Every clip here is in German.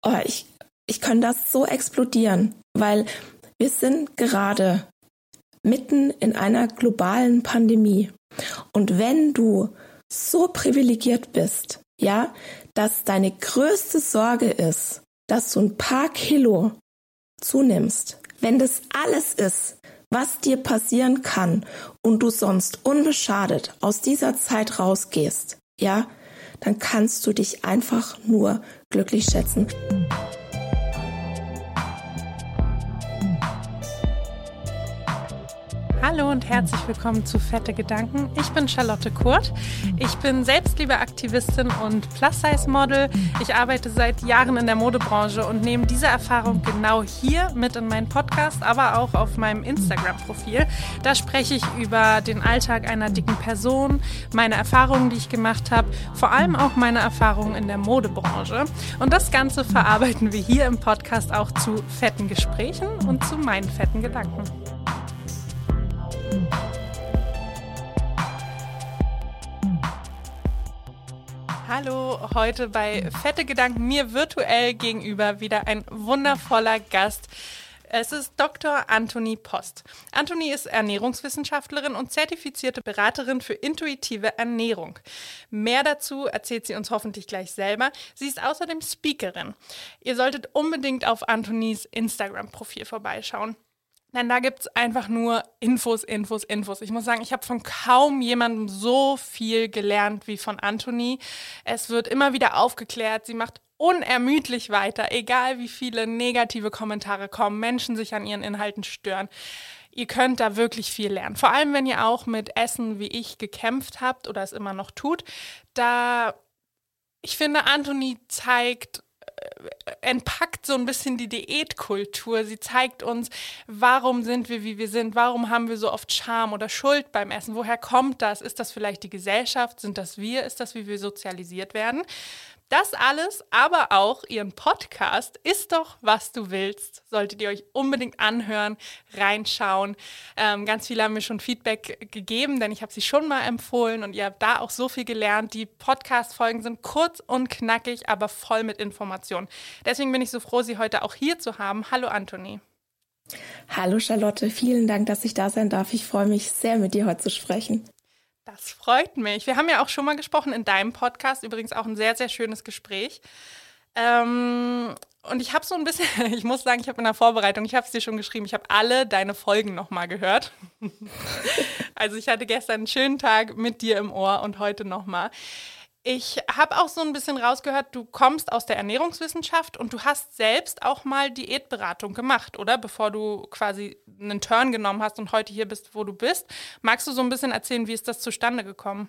ich könnte das so explodieren, weil wir sind gerade mitten in einer globalen Pandemie. Und wenn du so privilegiert bist, ja, dass deine größte Sorge ist, dass du ein paar Kilo zunimmst, wenn das alles ist, was dir passieren kann und du sonst unbeschadet aus dieser Zeit rausgehst, ja, dann kannst du dich einfach nur glücklich schätzen. Hallo und herzlich willkommen zu Fette Gedanken. Ich bin Charlotte Kurt. Ich bin Selbstliebeaktivistin und Plus-Size-Model. Ich arbeite seit Jahren in der Modebranche und nehme diese Erfahrung genau hier mit in meinen Podcast, aber auch auf meinem Instagram-Profil. Da spreche ich über den Alltag einer dicken Person, meine Erfahrungen, die ich gemacht habe, vor allem auch meine Erfahrungen in der Modebranche. Und das Ganze verarbeiten wir hier im Podcast auch zu fetten Gesprächen und zu meinen fetten Gedanken. Hallo, heute bei Fette Gedanken, mir virtuell gegenüber wieder ein wundervoller Gast. Es ist Dr. Antonie Post. Antonie ist Ernährungswissenschaftlerin und zertifizierte Beraterin für intuitive Ernährung. Mehr dazu erzählt sie uns hoffentlich gleich selber. Sie ist außerdem Speakerin. Ihr solltet unbedingt auf Antonies Instagram-Profil vorbeischauen. Denn da gibt es einfach nur Infos. Ich muss sagen, ich habe von kaum jemandem so viel gelernt wie von Antonie. Es wird immer wieder aufgeklärt, sie macht unermüdlich weiter, egal wie viele negative Kommentare kommen, Menschen sich an ihren Inhalten stören. Ihr könnt da wirklich viel lernen. Vor allem, wenn ihr auch mit Essen wie ich gekämpft habt oder es immer noch tut. Ich finde, Antonie entpackt so ein bisschen die Diätkultur. Sie zeigt uns, warum sind wir, wie wir sind, warum haben wir so oft Scham oder Schuld beim Essen, woher kommt das? Ist das vielleicht die Gesellschaft? Sind das wir? Ist das, wie wir sozialisiert werden? Das alles, aber auch ihren Podcast Ist doch, was du willst, solltet ihr euch unbedingt anhören, reinschauen. Ganz viele haben mir schon Feedback gegeben, denn ich habe sie schon mal empfohlen und ihr habt da auch so viel gelernt. Die Podcast-Folgen sind kurz und knackig, aber voll mit Informationen. Deswegen bin ich so froh, sie heute auch hier zu haben. Hallo Antonie. Hallo Charlotte, vielen Dank, dass ich da sein darf. Ich freue mich sehr, mit dir heute zu sprechen. Das freut mich. Wir haben ja auch schon mal gesprochen in deinem Podcast, übrigens auch ein sehr, sehr schönes Gespräch. Und ich habe so ein bisschen, ich muss sagen, ich habe in der Vorbereitung, ich habe es dir schon geschrieben, ich habe alle deine Folgen nochmal gehört. Also ich hatte gestern einen schönen Tag mit dir im Ohr und heute nochmal. Ich habe auch so ein bisschen rausgehört, du kommst aus der Ernährungswissenschaft und du hast selbst auch mal Diätberatung gemacht, oder? Bevor du quasi einen Turn genommen hast und heute hier bist, wo du bist. Magst du so ein bisschen erzählen, wie ist das zustande gekommen?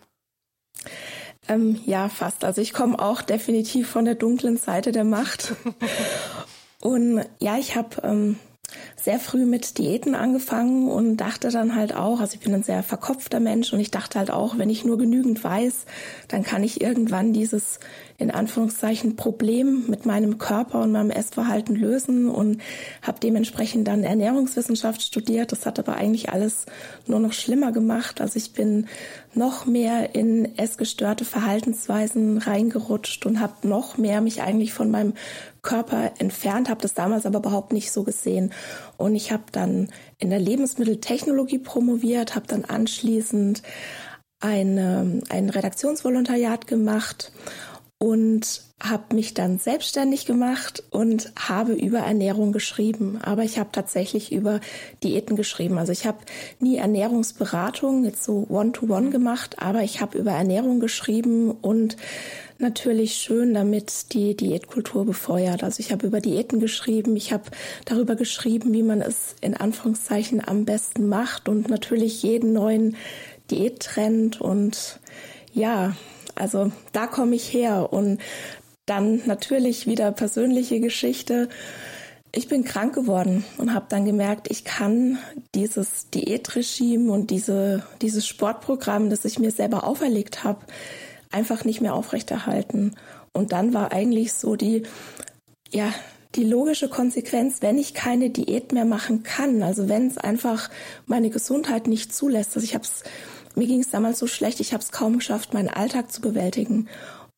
Ja, fast. Also ich komme auch definitiv von der dunklen Seite der Macht. Und ja, ich habe sehr früh mit Diäten angefangen und dachte dann halt auch, also ich bin ein sehr verkopfter Mensch und ich dachte halt auch, wenn ich nur genügend weiß, dann kann ich irgendwann dieses, in Anführungszeichen, Problem mit meinem Körper und meinem Essverhalten lösen und habe dementsprechend dann Ernährungswissenschaft studiert. Das hat aber eigentlich alles nur noch schlimmer gemacht. Also ich bin noch mehr in essgestörte Verhaltensweisen reingerutscht und habe noch mehr mich eigentlich von meinem Körper entfernt, habe das damals aber überhaupt nicht so gesehen. Und ich habe dann in der Lebensmitteltechnologie promoviert, habe dann anschließend ein Redaktionsvolontariat gemacht und habe mich dann selbstständig gemacht und habe über Ernährung geschrieben. Aber ich habe tatsächlich über Diäten geschrieben. Also ich habe nie Ernährungsberatung, jetzt so One-to-One gemacht, aber ich habe über Ernährung geschrieben und natürlich schön damit die Diätkultur befeuert. Also ich habe über Diäten geschrieben, ich habe darüber geschrieben, wie man es in Anführungszeichen am besten macht und natürlich jeden neuen Diättrend und ja, also da komme ich her und dann natürlich wieder persönliche Geschichte. Ich bin krank geworden und habe dann gemerkt, ich kann dieses Diätregime und dieses Sportprogramm, das ich mir selber auferlegt habe, einfach nicht mehr aufrechterhalten. Und dann war eigentlich so die logische Konsequenz, wenn ich keine Diät mehr machen kann, also wenn es einfach meine Gesundheit nicht zulässt. Also mir ging es damals so schlecht, ich habe es kaum geschafft, meinen Alltag zu bewältigen.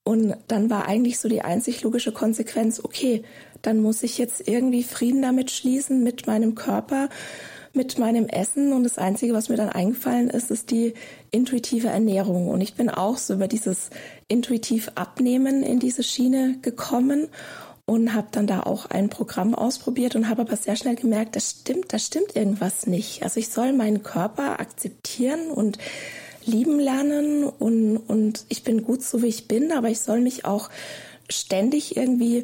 Und dann war eigentlich so die einzig logische Konsequenz, okay, dann muss ich jetzt irgendwie Frieden damit schließen, mit meinem Körper, mit meinem Essen. Und das Einzige, was mir dann eingefallen ist, ist die intuitive Ernährung. Und ich bin auch so über dieses intuitiv Abnehmen in diese Schiene gekommen und habe dann da auch ein Programm ausprobiert und habe aber sehr schnell gemerkt, da stimmt irgendwas nicht. Also ich soll meinen Körper akzeptieren und lieben lernen und ich bin gut so, wie ich bin, aber ich soll mich auch ständig irgendwie,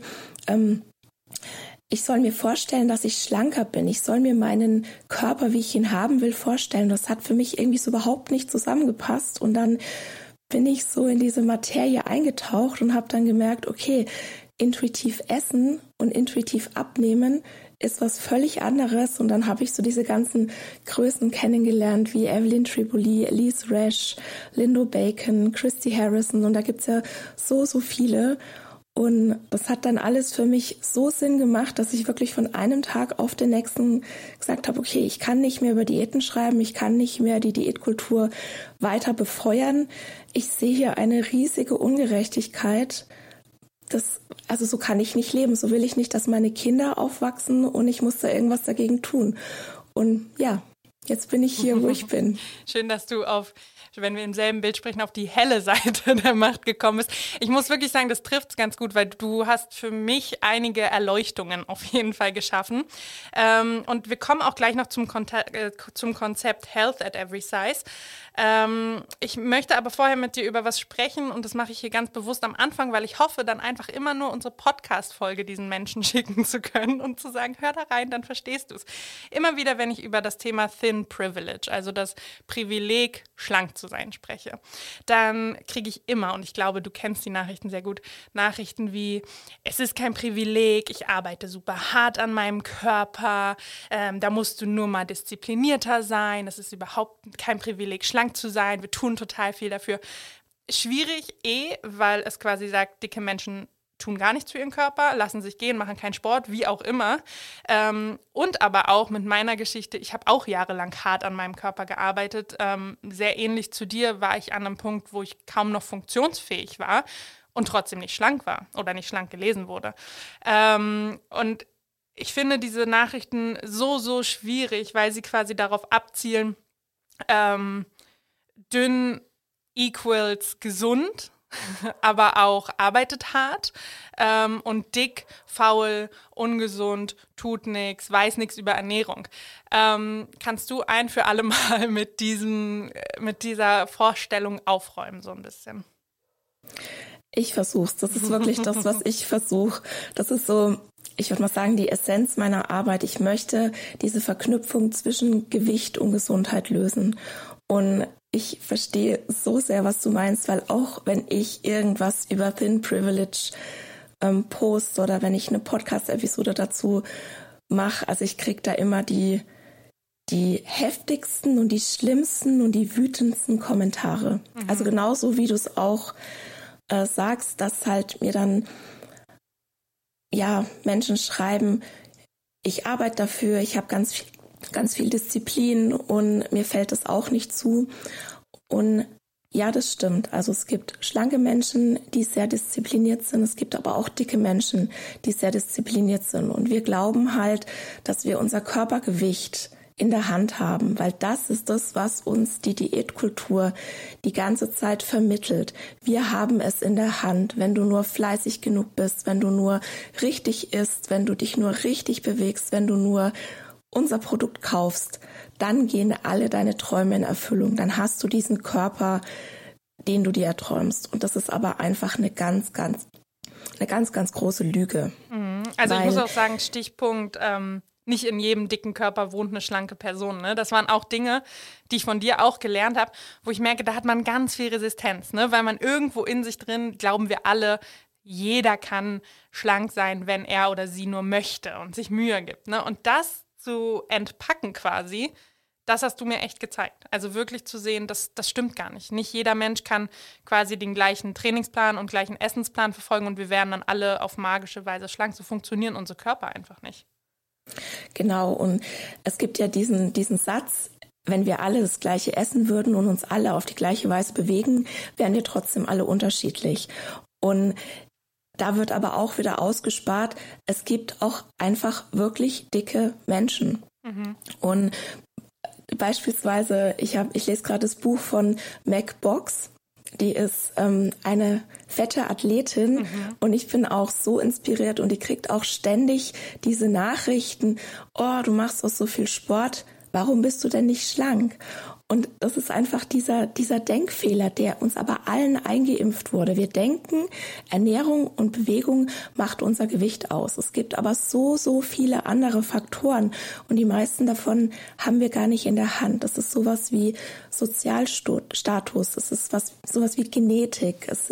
ich soll mir vorstellen, dass ich schlanker bin. Ich soll mir meinen Körper, wie ich ihn haben will, vorstellen. Das hat für mich irgendwie so überhaupt nicht zusammengepasst und dann bin ich so in diese Materie eingetaucht und habe dann gemerkt, okay, intuitiv essen und intuitiv abnehmen ist was völlig anderes. Und dann habe ich so diese ganzen Größen kennengelernt, wie Evelyn Tribole, Elise Resch, Lindo Bacon, Christy Harrison. Und da gibt's ja so viele. Und das hat dann alles für mich so Sinn gemacht, dass ich wirklich von einem Tag auf den nächsten gesagt habe, okay, ich kann nicht mehr über Diäten schreiben, ich kann nicht mehr die Diätkultur weiter befeuern. Ich sehe hier eine riesige Ungerechtigkeit. Also so kann ich nicht leben, so will ich nicht, dass meine Kinder aufwachsen und ich muss da irgendwas dagegen tun. Und ja, jetzt bin ich hier, wo ich bin. Schön, dass du wenn wir im selben Bild sprechen, auf die helle Seite der Macht gekommen bist. Ich muss wirklich sagen, das trifft es ganz gut, weil du hast für mich einige Erleuchtungen auf jeden Fall geschaffen. Und wir kommen auch gleich noch zum Konzept Health at Every Size. Ich möchte aber vorher mit dir über was sprechen und das mache ich hier ganz bewusst am Anfang, weil ich hoffe, dann einfach immer nur unsere Podcast-Folge diesen Menschen schicken zu können und zu sagen, hör da rein, dann verstehst du es. Immer wieder, wenn ich über das Thema Thin Privilege, also das Privileg, schlank zu sein, spreche, dann kriege ich immer, und ich glaube, du kennst die Nachrichten sehr gut, Nachrichten wie, es ist kein Privileg, ich arbeite super hart an meinem Körper, da musst du nur mal disziplinierter sein, es ist überhaupt kein Privileg, schlank zu sein, wir tun total viel dafür. Schwierig weil es quasi sagt, dicke Menschen tun gar nichts für ihren Körper, lassen sich gehen, machen keinen Sport, wie auch immer. Und aber auch mit meiner Geschichte, ich habe auch jahrelang hart an meinem Körper gearbeitet. Sehr ähnlich zu dir war ich an einem Punkt, wo ich kaum noch funktionsfähig war und trotzdem nicht schlank war oder nicht schlank gelesen wurde. Und ich finde diese Nachrichten so schwierig, weil sie quasi darauf abzielen, dünn equals gesund, aber auch arbeitet hart und dick, faul, ungesund, tut nichts, weiß nichts über Ernährung. Kannst du ein für alle Mal mit dieser Vorstellung aufräumen, so ein bisschen? Ich versuch's. Das ist wirklich das, was ich versuche. Das ist so, ich würde mal sagen, die Essenz meiner Arbeit. Ich möchte diese Verknüpfung zwischen Gewicht und Gesundheit lösen. Und ich verstehe so sehr, was du meinst, weil auch wenn ich irgendwas über Thin Privilege poste oder wenn ich eine Podcast-Episode dazu mache, also ich kriege da immer die heftigsten und die schlimmsten und die wütendsten Kommentare. Mhm. Also genauso wie du es auch sagst, dass halt mir dann Menschen schreiben, ich arbeite dafür, ich habe ganz viel Disziplin und mir fällt das auch nicht zu. Und ja, das stimmt. Also es gibt schlanke Menschen, die sehr diszipliniert sind. Es gibt aber auch dicke Menschen, die sehr diszipliniert sind. Und wir glauben halt, dass wir unser Körpergewicht in der Hand haben, weil das ist das, was uns die Diätkultur die ganze Zeit vermittelt. Wir haben es in der Hand, wenn du nur fleißig genug bist, wenn du nur richtig isst, wenn du dich nur richtig bewegst, wenn du nur unser Produkt kaufst, dann gehen alle deine Träume in Erfüllung. Dann hast du diesen Körper, den du dir erträumst. Und das ist aber einfach eine ganz große Lüge. Also ich muss auch sagen, Stichpunkt, nicht in jedem dicken Körper wohnt eine schlanke Person. Ne? Das waren auch Dinge, die ich von dir auch gelernt habe, wo ich merke, da hat man ganz viel Resistenz, ne? Weil man irgendwo in sich drin, glauben wir alle, jeder kann schlank sein, wenn er oder sie nur möchte und sich Mühe gibt. Ne? Und das zu entpacken quasi, das hast du mir echt gezeigt. Also wirklich zu sehen, das stimmt gar nicht. Nicht jeder Mensch kann quasi den gleichen Trainingsplan und gleichen Essensplan verfolgen und wir werden dann alle auf magische Weise schlank. So funktionieren unsere Körper einfach nicht. Genau, und es gibt ja diesen Satz, wenn wir alle das Gleiche essen würden und uns alle auf die gleiche Weise bewegen, wären wir trotzdem alle unterschiedlich. Und da wird aber auch wieder ausgespart, es gibt auch einfach wirklich dicke Menschen. Und beispielsweise, ich lese gerade das Buch von Meg Box. Die ist eine fette Athletin und ich bin auch so inspiriert und die kriegt auch ständig diese Nachrichten, oh, du machst doch so viel Sport, warum bist du denn nicht schlank? Und das ist einfach dieser Denkfehler, der uns aber allen eingeimpft wurde. Wir denken, Ernährung und Bewegung macht unser Gewicht aus. Es gibt aber so viele andere Faktoren und die meisten davon haben wir gar nicht in der Hand. Das ist sowas wie Sozialstatus, es ist sowas wie Genetik, es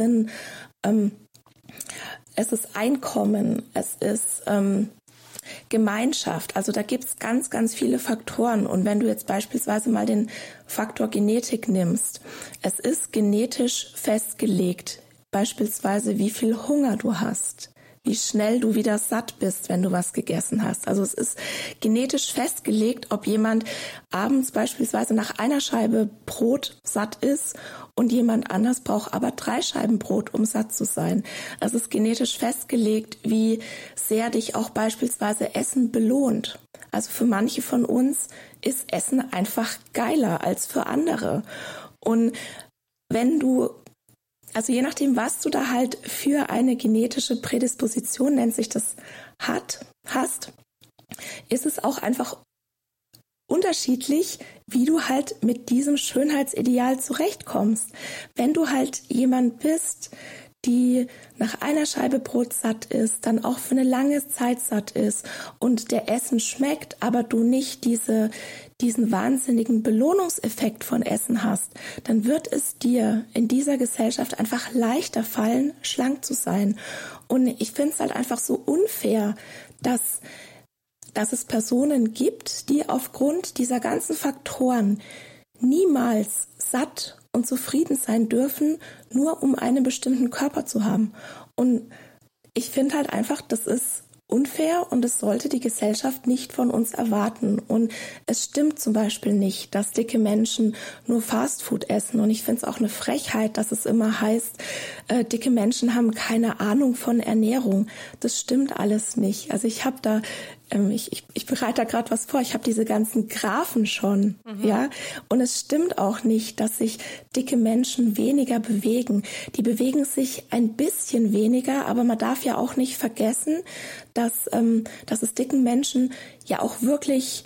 ist Einkommen, es ist Gemeinschaft. Also da gibt's ganz viele Faktoren. Und wenn du jetzt beispielsweise mal den Faktor Genetik nimmst, es ist genetisch festgelegt, beispielsweise wie viel Hunger du hast, wie schnell du wieder satt bist, wenn du was gegessen hast. Also es ist genetisch festgelegt, ob jemand abends beispielsweise nach einer Scheibe Brot satt ist und jemand anders braucht aber 3 Scheiben Brot, um satt zu sein. Es ist genetisch festgelegt, wie sehr dich auch beispielsweise Essen belohnt. Also für manche von uns ist Essen einfach geiler als für andere. Und also je nachdem, was du da halt für eine genetische Prädisposition, nennt sich das, hast, ist es auch einfach unterschiedlich, wie du halt mit diesem Schönheitsideal zurechtkommst. Wenn du halt jemand bist, die nach einer Scheibe Brot satt ist, dann auch für eine lange Zeit satt ist und der Essen schmeckt, aber du nicht diesen wahnsinnigen Belohnungseffekt von Essen hast, dann wird es dir in dieser Gesellschaft einfach leichter fallen, schlank zu sein. Und ich finde es halt einfach so unfair, dass es Personen gibt, die aufgrund dieser ganzen Faktoren niemals satt und zufrieden sein dürfen, nur um einen bestimmten Körper zu haben. Und ich finde halt einfach, das ist unfair und es sollte die Gesellschaft nicht von uns erwarten. Und es stimmt zum Beispiel nicht, dass dicke Menschen nur Fastfood essen. Und ich finde es auch eine Frechheit, dass es immer heißt, dicke Menschen haben keine Ahnung von Ernährung. Das stimmt alles nicht. Also ich habe da ich bereite da gerade was vor. Ich habe diese ganzen Graphen schon, ja. Und es stimmt auch nicht, dass sich dicke Menschen weniger bewegen. Die bewegen sich ein bisschen weniger, aber man darf ja auch nicht vergessen, dass es dicken Menschen ja auch wirklich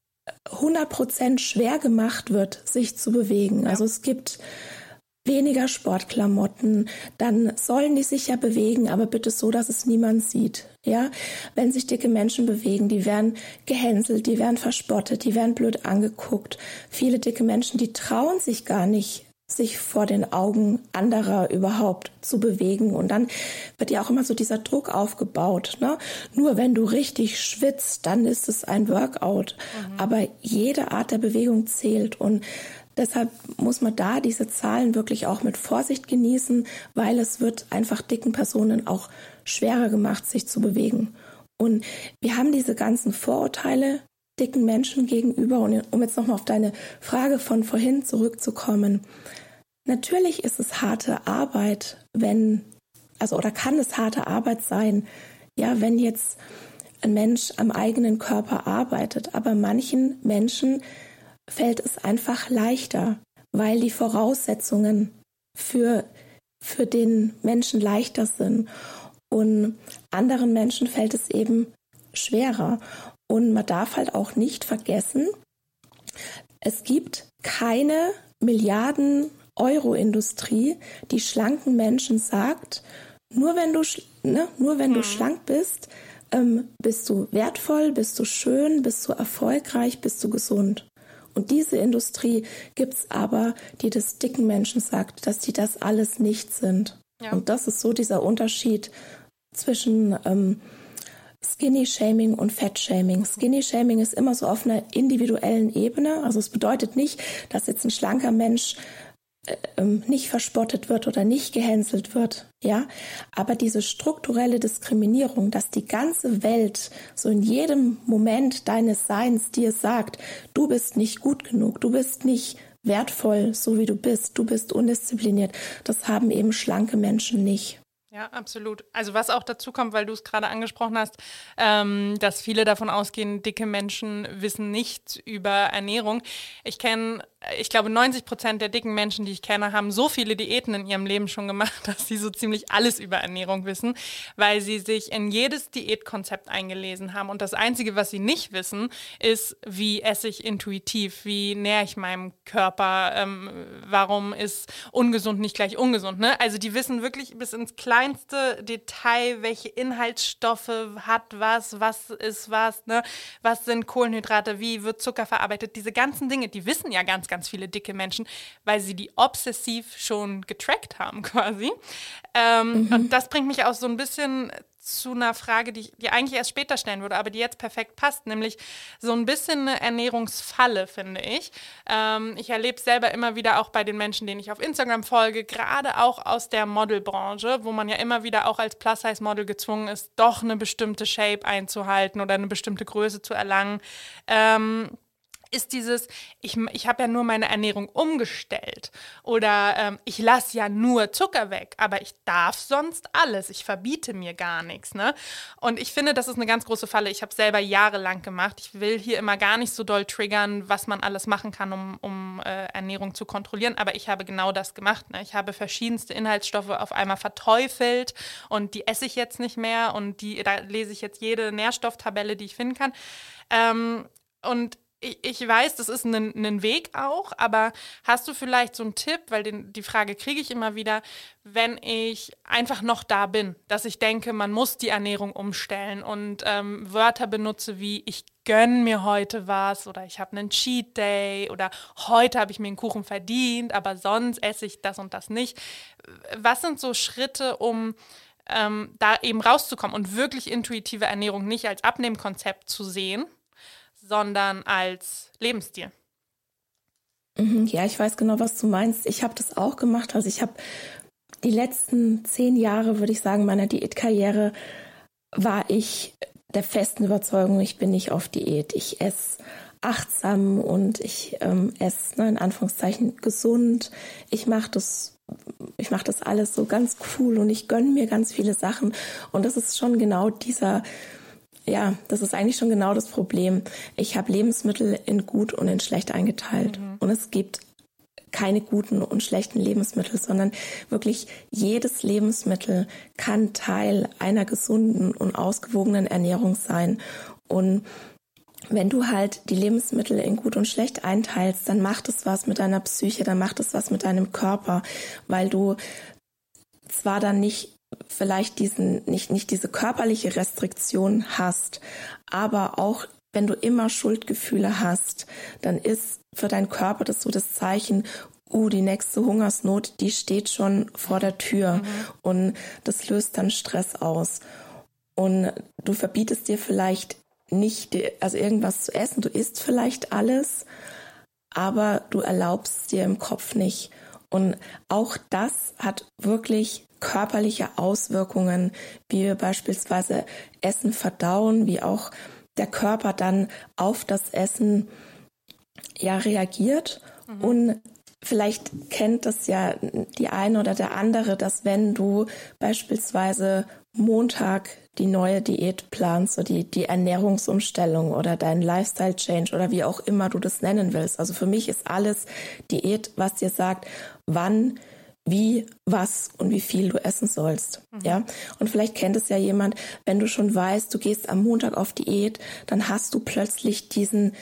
100% schwer gemacht wird, sich zu bewegen. Also es gibt weniger Sportklamotten, dann sollen die sich ja bewegen, aber bitte so, dass es niemand sieht. Ja, wenn sich dicke Menschen bewegen, die werden gehänselt, die werden verspottet, die werden blöd angeguckt. Viele dicke Menschen, die trauen sich gar nicht, sich vor den Augen anderer überhaupt zu bewegen. Und dann wird ja auch immer so dieser Druck aufgebaut, ne? Nur wenn du richtig schwitzt, dann ist es ein Workout. Aber jede Art der Bewegung zählt und deshalb muss man da diese Zahlen wirklich auch mit Vorsicht genießen, weil es wird einfach dicken Personen auch schwerer gemacht, sich zu bewegen. Und wir haben diese ganzen Vorurteile dicken Menschen gegenüber. Und um jetzt nochmal auf deine Frage von vorhin zurückzukommen. Natürlich ist es harte Arbeit, oder kann es harte Arbeit sein, ja, wenn jetzt ein Mensch am eigenen Körper arbeitet. Aber manchen Menschen fällt es einfach leichter, weil die Voraussetzungen für den Menschen leichter sind. Und anderen Menschen fällt es eben schwerer. Und man darf halt auch nicht vergessen, es gibt keine Milliarden-Euro-Industrie, die schlanken Menschen sagt, nur wenn du schlank bist, bist du wertvoll, bist du schön, bist du erfolgreich, bist du gesund. Und diese Industrie gibt's aber, die des dicken Menschen sagt, dass die das alles nicht sind. Ja. Und das ist so dieser Unterschied zwischen Skinny-Shaming und Fett-Shaming. Skinny-Shaming ist immer so auf einer individuellen Ebene. Also es bedeutet nicht, dass jetzt ein schlanker Mensch nicht verspottet wird oder nicht gehänselt wird, ja. Aber diese strukturelle Diskriminierung, dass die ganze Welt so in jedem Moment deines Seins dir sagt, du bist nicht gut genug, du bist nicht wertvoll, so wie du bist undiszipliniert, das haben eben schlanke Menschen nicht. Ja, absolut. Also was auch dazu kommt, weil du es gerade angesprochen hast, dass viele davon ausgehen, dicke Menschen wissen nichts über Ernährung. Ich glaube 90% der dicken Menschen, die ich kenne, haben so viele Diäten in ihrem Leben schon gemacht, dass sie so ziemlich alles über Ernährung wissen, weil sie sich in jedes Diätkonzept eingelesen haben. Und das Einzige, was sie nicht wissen, ist, wie esse ich intuitiv, wie nähere ich meinem Körper, warum ist ungesund nicht gleich ungesund. Ne? Also die wissen wirklich bis ins kleinste Detail, welche Inhaltsstoffe hat was ist was, ne? Was sind Kohlenhydrate, wie wird Zucker verarbeitet, diese ganzen Dinge, die wissen ja ganz viele dicke Menschen, weil sie die obsessiv schon getrackt haben quasi. Und das bringt mich auch so ein bisschen zu einer Frage, die ich dir eigentlich erst später stellen würde, aber die jetzt perfekt passt, nämlich so ein bisschen eine Ernährungsfalle, finde ich. Ich erlebe es selber immer wieder auch bei den Menschen, denen ich auf Instagram folge, gerade auch aus der Modelbranche, wo man ja immer wieder auch als Plus-Size-Model gezwungen ist, doch eine bestimmte Shape einzuhalten oder eine bestimmte Größe zu erlangen. Ist dieses, ich habe ja nur meine Ernährung umgestellt oder ich lasse ja nur Zucker weg, aber ich darf sonst alles, ich verbiete mir gar nichts. Ne? Und ich finde, das ist eine ganz große Falle. Ich habe es selber jahrelang gemacht. Ich will hier immer gar nicht so doll triggern, was man alles machen kann, um Ernährung zu kontrollieren, aber ich habe genau das gemacht. Ne? Ich habe verschiedenste Inhaltsstoffe auf einmal verteufelt und die esse ich jetzt nicht mehr und da lese ich jetzt jede Nährstofftabelle, die ich finden kann. Und ich weiß, das ist ein Weg auch, aber hast du vielleicht so einen Tipp, weil die Frage kriege ich immer wieder, wenn ich einfach noch da bin, dass ich denke, man muss die Ernährung umstellen und Wörter benutze wie ich gönne mir heute was oder ich habe einen Cheat Day oder heute habe ich mir einen Kuchen verdient, aber sonst esse ich das und das nicht. Was sind so Schritte, um da eben rauszukommen und wirklich intuitive Ernährung nicht als Abnehmkonzept zu sehen, sondern als Lebensstil? Ja, ich weiß genau, was du meinst. Ich habe das auch gemacht. Also ich habe die letzten 10 Jahre, würde ich sagen, meiner Diätkarriere war ich der festen Überzeugung, ich bin nicht auf Diät. Ich esse achtsam und ich esse, in Anführungszeichen, gesund. Ich mache das alles so ganz cool und ich gönne mir ganz viele Sachen. Und das ist schon genau das ist eigentlich schon genau das Problem. Ich habe Lebensmittel in gut und in schlecht eingeteilt. Und es gibt keine guten und schlechten Lebensmittel, sondern wirklich jedes Lebensmittel kann Teil einer gesunden und ausgewogenen Ernährung sein. Und wenn du halt die Lebensmittel in gut und schlecht einteilst, dann macht es was mit deiner Psyche, dann macht es was mit deinem Körper, weil du zwar dann nicht vielleicht nicht diese körperliche Restriktion hast, aber auch wenn du immer Schuldgefühle hast, dann ist für deinen Körper das so das Zeichen, die nächste Hungersnot, die steht schon vor der Tür und das löst dann Stress aus. Und du verbietest dir vielleicht nicht, also irgendwas zu essen, du isst vielleicht alles, aber du erlaubst dir im Kopf nicht. Und auch das hat wirklich körperliche Auswirkungen, wie wir beispielsweise Essen verdauen, wie auch der Körper dann auf das Essen reagiert. Und vielleicht kennt das ja die eine oder der andere, dass wenn du beispielsweise Montag die neue Diät planst, so die Ernährungsumstellung oder dein Lifestyle-Change oder wie auch immer du das nennen willst. Also für mich ist alles Diät, was dir sagt, wann, wie, was und wie viel du essen sollst. Ja? Und vielleicht kennt es ja jemand, wenn du schon weißt, du gehst am Montag auf Diät, dann hast du plötzlich diesen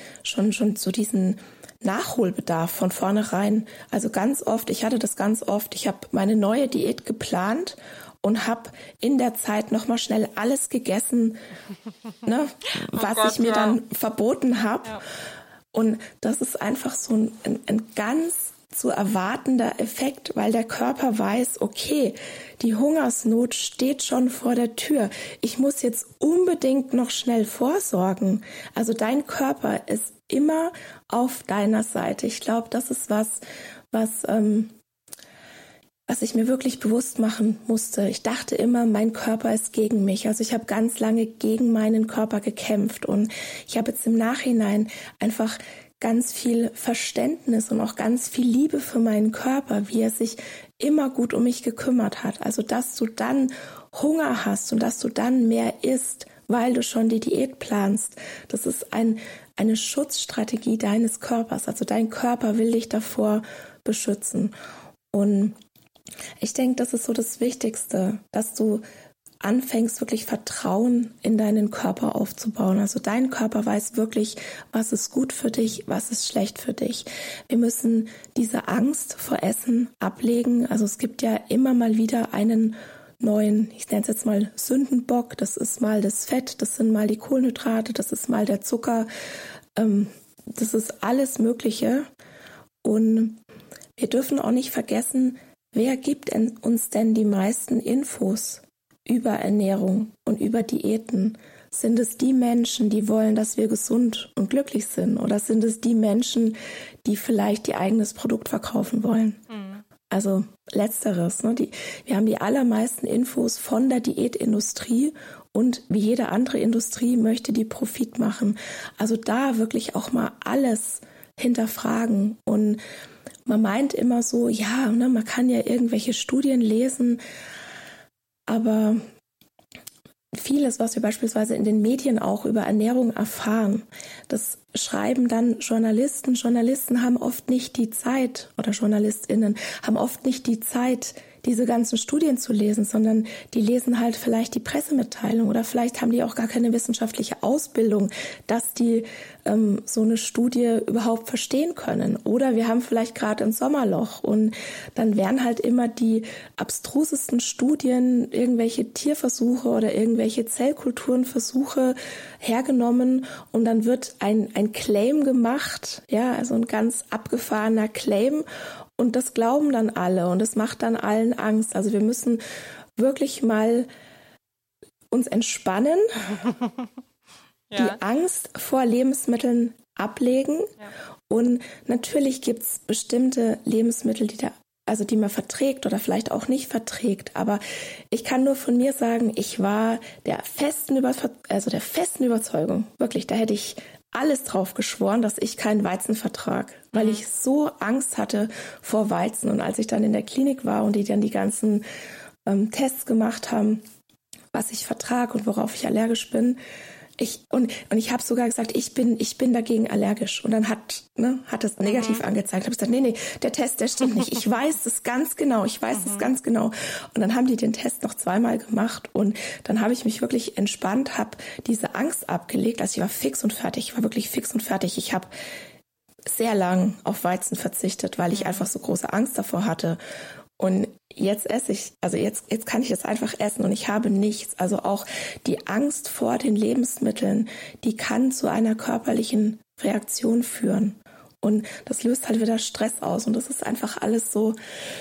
Nachholbedarf von vornherein. Also ich hatte das ganz oft, ich habe meine neue Diät geplant und habe in der Zeit nochmal schnell alles gegessen, was ich mir dann verboten habe. Ja. Und das ist einfach so ein ganz zu erwartender Effekt, weil der Körper weiß, okay, die Hungersnot steht schon vor der Tür. Ich muss jetzt unbedingt noch schnell vorsorgen. Also dein Körper ist immer auf deiner Seite. Ich glaube, das ist was ich mir wirklich bewusst machen musste. Ich dachte immer, mein Körper ist gegen mich. Also ich habe ganz lange gegen meinen Körper gekämpft und ich habe jetzt im Nachhinein einfach ganz viel Verständnis und auch ganz viel Liebe für meinen Körper, wie er sich immer gut um mich gekümmert hat. Also, dass du dann Hunger hast und dass du dann mehr isst, weil du schon die Diät planst. Das ist eine Schutzstrategie deines Körpers. Also dein Körper will dich davor beschützen. Und ich denke, das ist so das Wichtigste, dass du anfängst, wirklich Vertrauen in deinen Körper aufzubauen. Also dein Körper weiß wirklich, was ist gut für dich, was ist schlecht für dich. Wir müssen diese Angst vor Essen ablegen. Also es gibt ja immer mal wieder einen neuen, ich nenne es jetzt mal Sündenbock. Das ist mal das Fett, das sind mal die Kohlenhydrate, das ist mal der Zucker. Das ist alles Mögliche. Und wir dürfen auch nicht vergessen, wer gibt uns denn die meisten Infos über Ernährung und über Diäten? Sind es die Menschen, die wollen, dass wir gesund und glücklich sind? Oder sind es die Menschen, die vielleicht ihr eigenes Produkt verkaufen wollen? Mhm. Also Letzteres. Ne? Wir haben die allermeisten Infos von der Diätindustrie und wie jede andere Industrie möchte die Profit machen. Also da wirklich auch mal alles hinterfragen. Und man meint immer so, ja, ne, man kann ja irgendwelche Studien lesen, aber vieles, was wir beispielsweise in den Medien auch über Ernährung erfahren, das schreiben dann Journalisten. Journalisten haben oft nicht die Zeit, oder JournalistInnen haben oft nicht die Zeit, diese ganzen Studien zu lesen, sondern die lesen halt vielleicht die Pressemitteilung oder vielleicht haben die auch gar keine wissenschaftliche Ausbildung, dass die so eine Studie überhaupt verstehen können. Oder wir haben vielleicht gerade ein Sommerloch und dann werden halt immer die abstrusesten Studien, irgendwelche Tierversuche oder irgendwelche Zellkulturenversuche hergenommen und dann wird ein Claim gemacht, ja, also ein ganz abgefahrener Claim. Und das glauben dann alle und das macht dann allen Angst. Also wir müssen wirklich mal uns entspannen, die Angst vor Lebensmitteln ablegen. Ja. Und natürlich gibt es bestimmte Lebensmittel, die man verträgt oder vielleicht auch nicht verträgt. Aber ich kann nur von mir sagen, ich war der festen Überzeugung, wirklich, da hätte ich alles drauf geschworen, dass ich keinen Weizen vertrag, weil ich so Angst hatte vor Weizen. Und als ich dann in der Klinik war und die dann die ganzen Tests gemacht haben, was ich vertrage und worauf ich allergisch bin, ich habe sogar gesagt, ich bin dagegen allergisch. Und dann hat es negativ angezeigt. Habe ich gesagt, nee, der Test, der stimmt nicht. Ich weiß es ganz genau. Und dann haben die den Test noch 2-mal gemacht. Und dann habe ich mich wirklich entspannt, habe diese Angst abgelegt. Also ich war fix und fertig. Ich war wirklich fix und fertig. Ich habe sehr lang auf Weizen verzichtet, weil ich einfach so große Angst davor hatte. Und jetzt esse ich, also jetzt kann ich es einfach essen und ich habe nichts. Also auch die Angst vor den Lebensmitteln, die kann zu einer körperlichen Reaktion führen. Und das löst halt wieder Stress aus. Und das ist einfach alles so,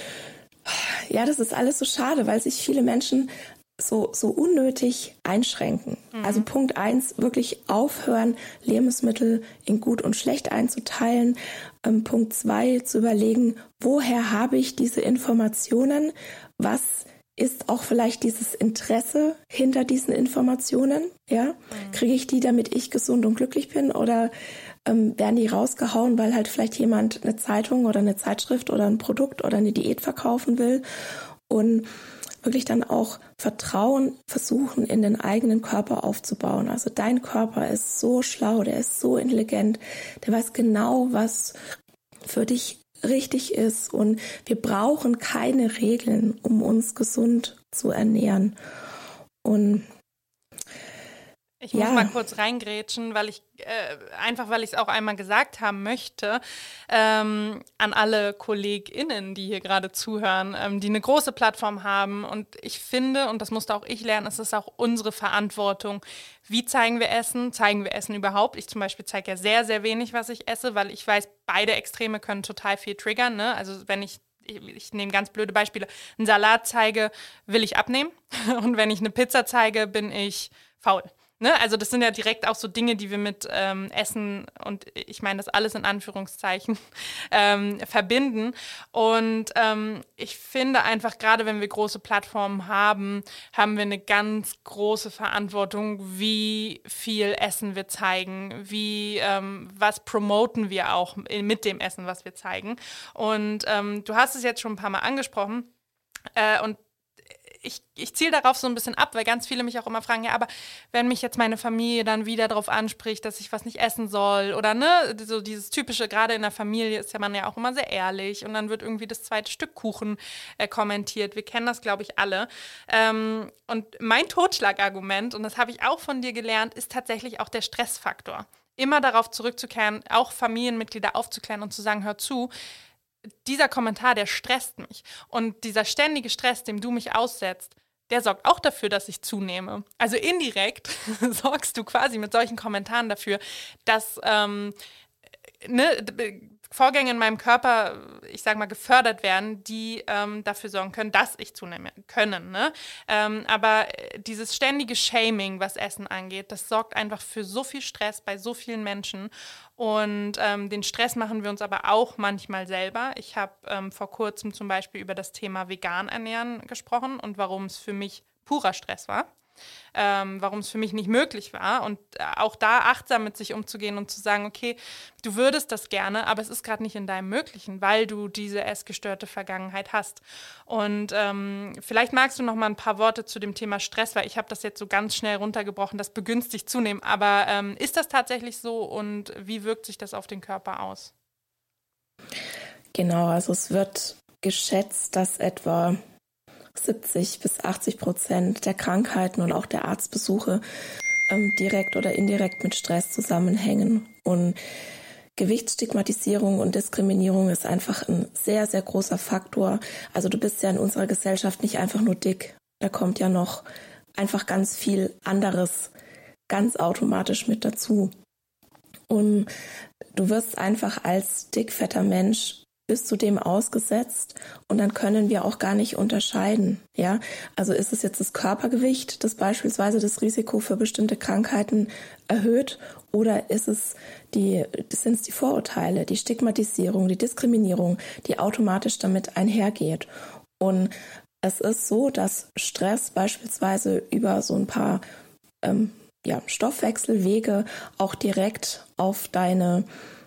ja, das ist alles so schade, weil sich viele Menschen so unnötig einschränken. Also Punkt 1, wirklich aufhören, Lebensmittel in gut und schlecht einzuteilen. Punkt 2, zu überlegen, woher habe ich diese Informationen? Was ist auch vielleicht dieses Interesse hinter diesen Informationen? Ja, kriege ich die, damit ich gesund und glücklich bin? Oder werden die rausgehauen, weil halt vielleicht jemand eine Zeitung oder eine Zeitschrift oder ein Produkt oder eine Diät verkaufen will? Und wirklich dann auch Vertrauen versuchen, in den eigenen Körper aufzubauen. Also dein Körper ist so schlau, der ist so intelligent, der weiß genau, was für dich richtig ist. Und wir brauchen keine Regeln, um uns gesund zu ernähren. Und ich muss mal kurz reingrätschen, weil ich es auch einmal gesagt haben möchte, an alle KollegInnen, die hier gerade zuhören, die eine große Plattform haben. Und ich finde, und das musste auch ich lernen, es ist auch unsere Verantwortung. Wie zeigen wir Essen? Zeigen wir Essen überhaupt? Ich zum Beispiel zeige ja sehr, sehr wenig, was ich esse, weil ich weiß, beide Extreme können total viel triggern. Ne? Also wenn ich nehme ganz blöde Beispiele, einen Salat zeige, will ich abnehmen. Und wenn ich eine Pizza zeige, bin ich faul. Ne? Also das sind ja direkt auch so Dinge, die wir mit Essen und ich meine das alles in Anführungszeichen verbinden. Und ich finde einfach, gerade wenn wir große Plattformen haben, haben wir eine ganz große Verantwortung, wie viel Essen wir zeigen, was promoten wir auch mit dem Essen, was wir zeigen. Und du hast es jetzt schon ein paar Mal angesprochen und ich ziele darauf so ein bisschen ab, weil ganz viele mich auch immer fragen, ja, aber wenn mich jetzt meine Familie dann wieder darauf anspricht, dass ich was nicht essen soll oder ne, so dieses typische, gerade in der Familie ist ja man ja auch immer sehr ehrlich und dann wird irgendwie das zweite Stück Kuchen kommentiert. Wir kennen das, glaube ich, alle. Und mein Totschlagargument, und das habe ich auch von dir gelernt, ist tatsächlich auch der Stressfaktor. Immer darauf zurückzukehren, auch Familienmitglieder aufzuklären und zu sagen, hör zu, dieser Kommentar, der stresst mich. Und dieser ständige Stress, dem du mich aussetzt, der sorgt auch dafür, dass ich zunehme. Also indirekt sorgst du quasi mit solchen Kommentaren dafür, dass Vorgänge in meinem Körper, ich sag mal, gefördert werden, die dafür sorgen können, dass ich zunehmen können. Ne? Aber dieses ständige Shaming, was Essen angeht, das sorgt einfach für so viel Stress bei so vielen Menschen. Und den Stress machen wir uns aber auch manchmal selber. Ich habe vor kurzem zum Beispiel über das Thema vegan ernähren gesprochen und warum es für mich purer Stress war. Warum es für mich nicht möglich war und auch da achtsam mit sich umzugehen und zu sagen, okay, du würdest das gerne, aber es ist gerade nicht in deinem Möglichen, weil du diese essgestörte Vergangenheit hast. Und vielleicht magst du noch mal ein paar Worte zu dem Thema Stress, weil ich habe das jetzt so ganz schnell runtergebrochen, das begünstigt zunehmen, aber ist das tatsächlich so und wie wirkt sich das auf den Körper aus? Genau, also es wird geschätzt, dass etwa 70-80% der Krankheiten und auch der Arztbesuche direkt oder indirekt mit Stress zusammenhängen. Und Gewichtsstigmatisierung und Diskriminierung ist einfach ein sehr, sehr großer Faktor. Also du bist ja in unserer Gesellschaft nicht einfach nur dick. Da kommt ja noch einfach ganz viel anderes ganz automatisch mit dazu. Und du wirst einfach als dickfetter Mensch bist du dem ausgesetzt und dann können wir auch gar nicht unterscheiden. Ja, also ist es jetzt das Körpergewicht, das beispielsweise das Risiko für bestimmte Krankheiten erhöht, oder sind es die Vorurteile, die Stigmatisierung, die Diskriminierung, die automatisch damit einhergeht. Und es ist so, dass Stress beispielsweise über so ein paar Stoffwechselwege auch direkt auf deinen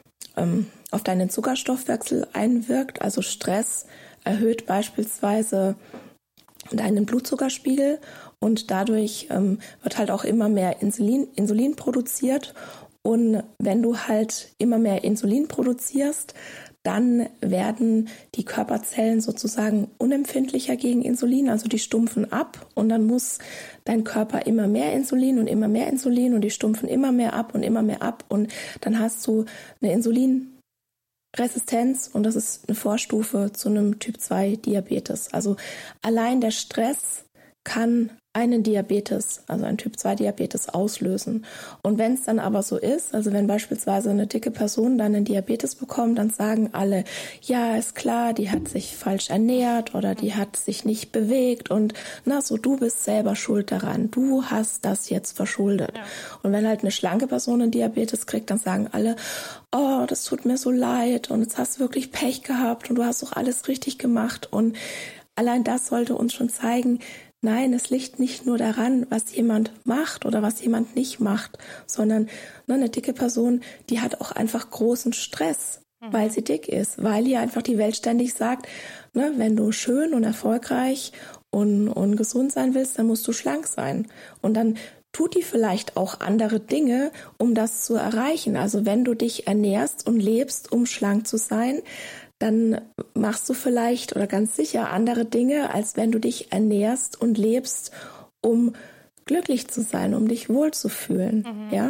Zuckerstoffwechsel einwirkt. Also Stress erhöht beispielsweise deinen Blutzuckerspiegel und dadurch wird halt auch immer mehr Insulin produziert. Und wenn du halt immer mehr Insulin produzierst, dann werden die Körperzellen sozusagen unempfindlicher gegen Insulin, also die stumpfen ab und dann muss dein Körper immer mehr Insulin und die stumpfen immer mehr ab und dann hast du eine Insulinresistenz und das ist eine Vorstufe zu einem Typ-2-Diabetes. Also allein der Stress kann einen Diabetes, also einen Typ-2-Diabetes auslösen. Und wenn es dann aber so ist, also wenn beispielsweise eine dicke Person dann einen Diabetes bekommt, dann sagen alle, ja, ist klar, die hat sich falsch ernährt oder die hat sich nicht bewegt und du bist selber schuld daran, du hast das jetzt verschuldet. Ja. Und wenn halt eine schlanke Person einen Diabetes kriegt, dann sagen alle, oh, das tut mir so leid und jetzt hast du wirklich Pech gehabt und du hast doch alles richtig gemacht. Und allein das sollte uns schon zeigen, nein, es liegt nicht nur daran, was jemand macht oder was jemand nicht macht, sondern eine dicke Person, die hat auch einfach großen Stress, weil sie dick ist, weil ihr einfach die Welt ständig sagt, wenn du schön und erfolgreich und gesund sein willst, dann musst du schlank sein. Und dann tut die vielleicht auch andere Dinge, um das zu erreichen. Also wenn du dich ernährst und lebst, um schlank zu sein, dann machst du vielleicht oder ganz sicher andere Dinge, als wenn du dich ernährst und lebst, um glücklich zu sein, um dich wohlzufühlen. Ja?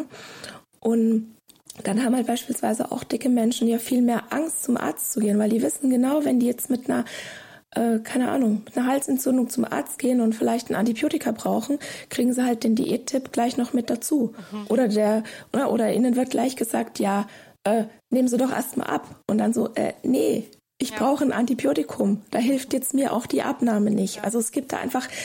Und dann haben halt beispielsweise auch dicke Menschen ja viel mehr Angst, zum Arzt zu gehen, weil die wissen genau, wenn die jetzt mit einer mit einer Halsentzündung zum Arzt gehen und vielleicht ein Antibiotika brauchen, kriegen sie halt den Diättipp gleich noch mit dazu. Oder ihnen wird gleich gesagt, ja, nehmen Sie doch erstmal ab. Und dann so, nee, ich brauche ein Antibiotikum. Da hilft jetzt mir auch die Abnahme nicht. Also es gibt da einfach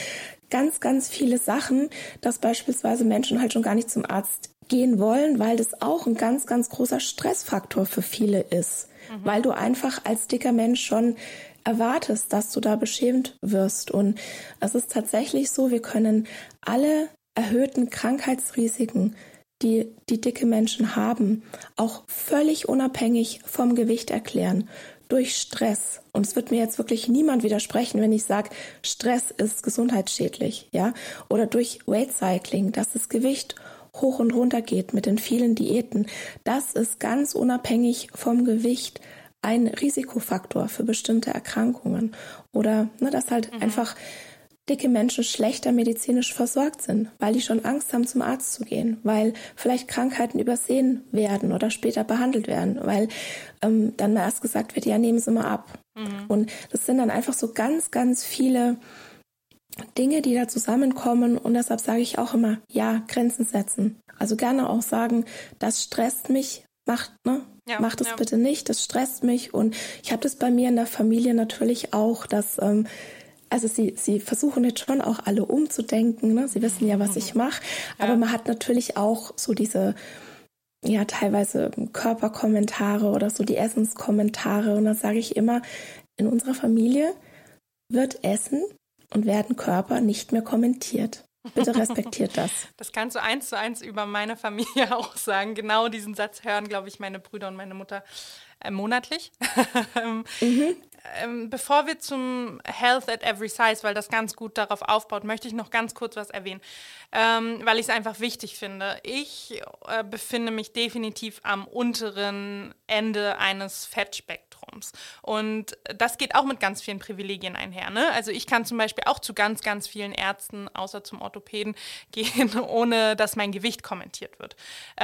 ganz, ganz viele Sachen, dass beispielsweise Menschen halt schon gar nicht zum Arzt gehen wollen, weil das auch ein ganz, ganz großer Stressfaktor für viele ist. Weil du einfach als dicker Mensch schon erwartest, dass du da beschämt wirst. Und es ist tatsächlich so, wir können alle erhöhten Krankheitsrisiken, die dicke Menschen haben, auch völlig unabhängig vom Gewicht erklären. Durch Stress. Und es wird mir jetzt wirklich niemand widersprechen, wenn ich sage, Stress ist gesundheitsschädlich, ja? Oder durch Weight Cycling, dass das Gewicht hoch und runter geht mit den vielen Diäten. Das ist ganz unabhängig vom Gewicht ein Risikofaktor für bestimmte Erkrankungen. Oder dass halt einfach dicke Menschen schlechter medizinisch versorgt sind, weil die schon Angst haben, zum Arzt zu gehen, weil vielleicht Krankheiten übersehen werden oder später behandelt werden, weil dann mal erst gesagt wird, ja, nehmen Sie mal ab. Und das sind dann einfach so ganz, ganz viele Dinge, die da zusammenkommen, und deshalb sage ich auch immer, ja, Grenzen setzen. Also gerne auch sagen, das stresst mich, macht es bitte nicht, das stresst mich. Und ich habe das bei mir in der Familie natürlich auch, dass also sie versuchen jetzt schon auch alle umzudenken, ne? Sie wissen ja, was ich mache, aber man hat natürlich auch so diese, ja, teilweise Körperkommentare oder so die Essenskommentare, und dann sage ich immer, in unserer Familie wird Essen und werden Körper nicht mehr kommentiert. Bitte respektiert das. Das kannst du 1:1 über meine Familie auch sagen. Genau diesen Satz hören, glaube ich, meine Brüder und meine Mutter monatlich. Bevor wir zum Health at Every Size, weil das ganz gut darauf aufbaut, möchte ich noch ganz kurz was erwähnen, weil ich es einfach wichtig finde. Ich befinde mich definitiv am unteren Ende eines Fettspektrums. Und das geht auch mit ganz vielen Privilegien einher. Ne? Also ich kann zum Beispiel auch zu ganz, ganz vielen Ärzten, außer zum Orthopäden, gehen, ohne dass mein Gewicht kommentiert wird.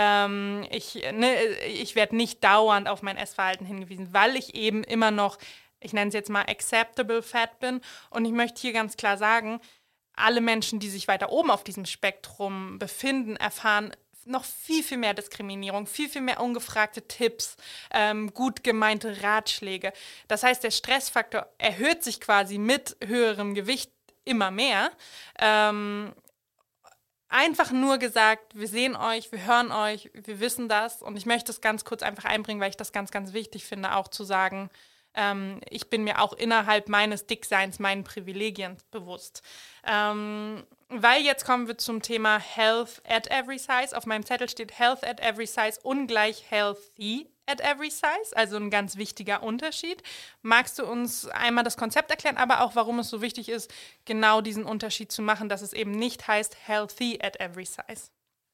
Ich werde nicht dauernd auf mein Essverhalten hingewiesen, weil ich eben immer noch, ich nenne es jetzt mal acceptable fat bin. Und ich möchte hier ganz klar sagen, alle Menschen, die sich weiter oben auf diesem Spektrum befinden, erfahren noch viel, viel mehr Diskriminierung, viel, viel mehr ungefragte Tipps, gut gemeinte Ratschläge. Das heißt, der Stressfaktor erhöht sich quasi mit höherem Gewicht immer mehr. Einfach nur gesagt, wir sehen euch, wir hören euch, wir wissen das. Und ich möchte es ganz kurz einfach einbringen, weil ich das ganz, ganz wichtig finde, auch zu sagen, ich bin mir auch innerhalb meines Dickseins, meinen Privilegien bewusst. Weil jetzt kommen wir zum Thema Health at Every Size. Auf meinem Zettel steht Health at Every Size ungleich Healthy at Every Size, also ein ganz wichtiger Unterschied. Magst du uns einmal das Konzept erklären, aber auch, warum es so wichtig ist, genau diesen Unterschied zu machen, dass es eben nicht heißt Healthy at Every Size?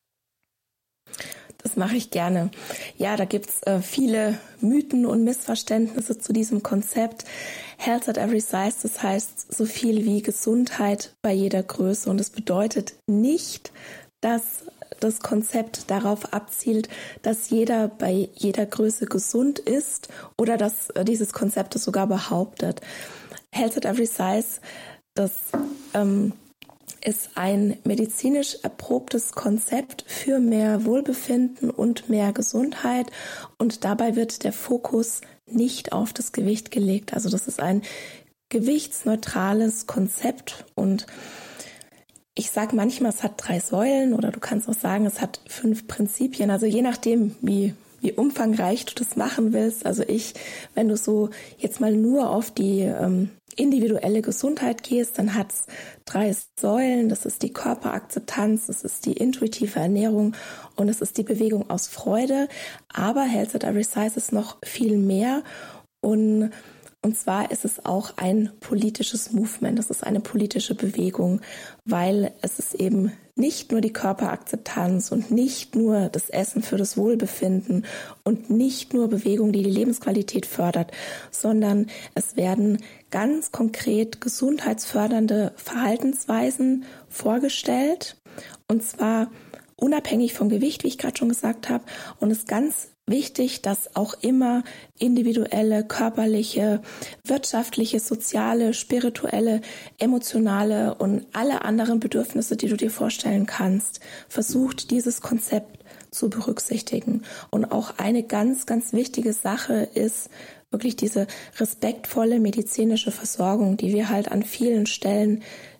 Das mache ich gerne. Ja, da gibt's viele Mythen und Missverständnisse zu diesem Konzept. Health at Every Size, das heißt so viel wie Gesundheit bei jeder Größe. Und es bedeutet nicht, dass das Konzept darauf abzielt, dass jeder bei jeder Größe gesund ist oder dass dieses Konzept es sogar behauptet. Health at Every Size, das ist ein medizinisch erprobtes Konzept für mehr Wohlbefinden und mehr Gesundheit, und dabei wird der Fokus nicht auf das Gewicht gelegt. Also das ist ein gewichtsneutrales Konzept, und ich sage manchmal, es hat 3 Säulen, oder du kannst auch sagen, es hat 5 Prinzipien. Also je nachdem, wie umfangreich du das machen willst. Also wenn du so jetzt mal nur auf die individuelle Gesundheit gehst, dann hat es 3 Säulen. Das ist die Körperakzeptanz, das ist die intuitive Ernährung und es ist die Bewegung aus Freude. Aber Health at Every Size ist noch viel mehr, und zwar ist es auch ein politisches Movement, es ist eine politische Bewegung, weil es ist eben nicht nur die Körperakzeptanz und nicht nur das Essen für das Wohlbefinden und nicht nur Bewegung, die die Lebensqualität fördert, sondern es werden ganz konkret gesundheitsfördernde Verhaltensweisen vorgestellt, und zwar unabhängig vom Gewicht, wie ich gerade schon gesagt habe. Und es ist ganz wichtig, dass auch immer individuelle, körperliche, wirtschaftliche, soziale, spirituelle, emotionale und alle anderen Bedürfnisse, die du dir vorstellen kannst, versucht dieses Konzept zu berücksichtigen. Und auch eine ganz, ganz wichtige Sache ist wirklich diese respektvolle medizinische Versorgung, die wir halt an vielen Stellen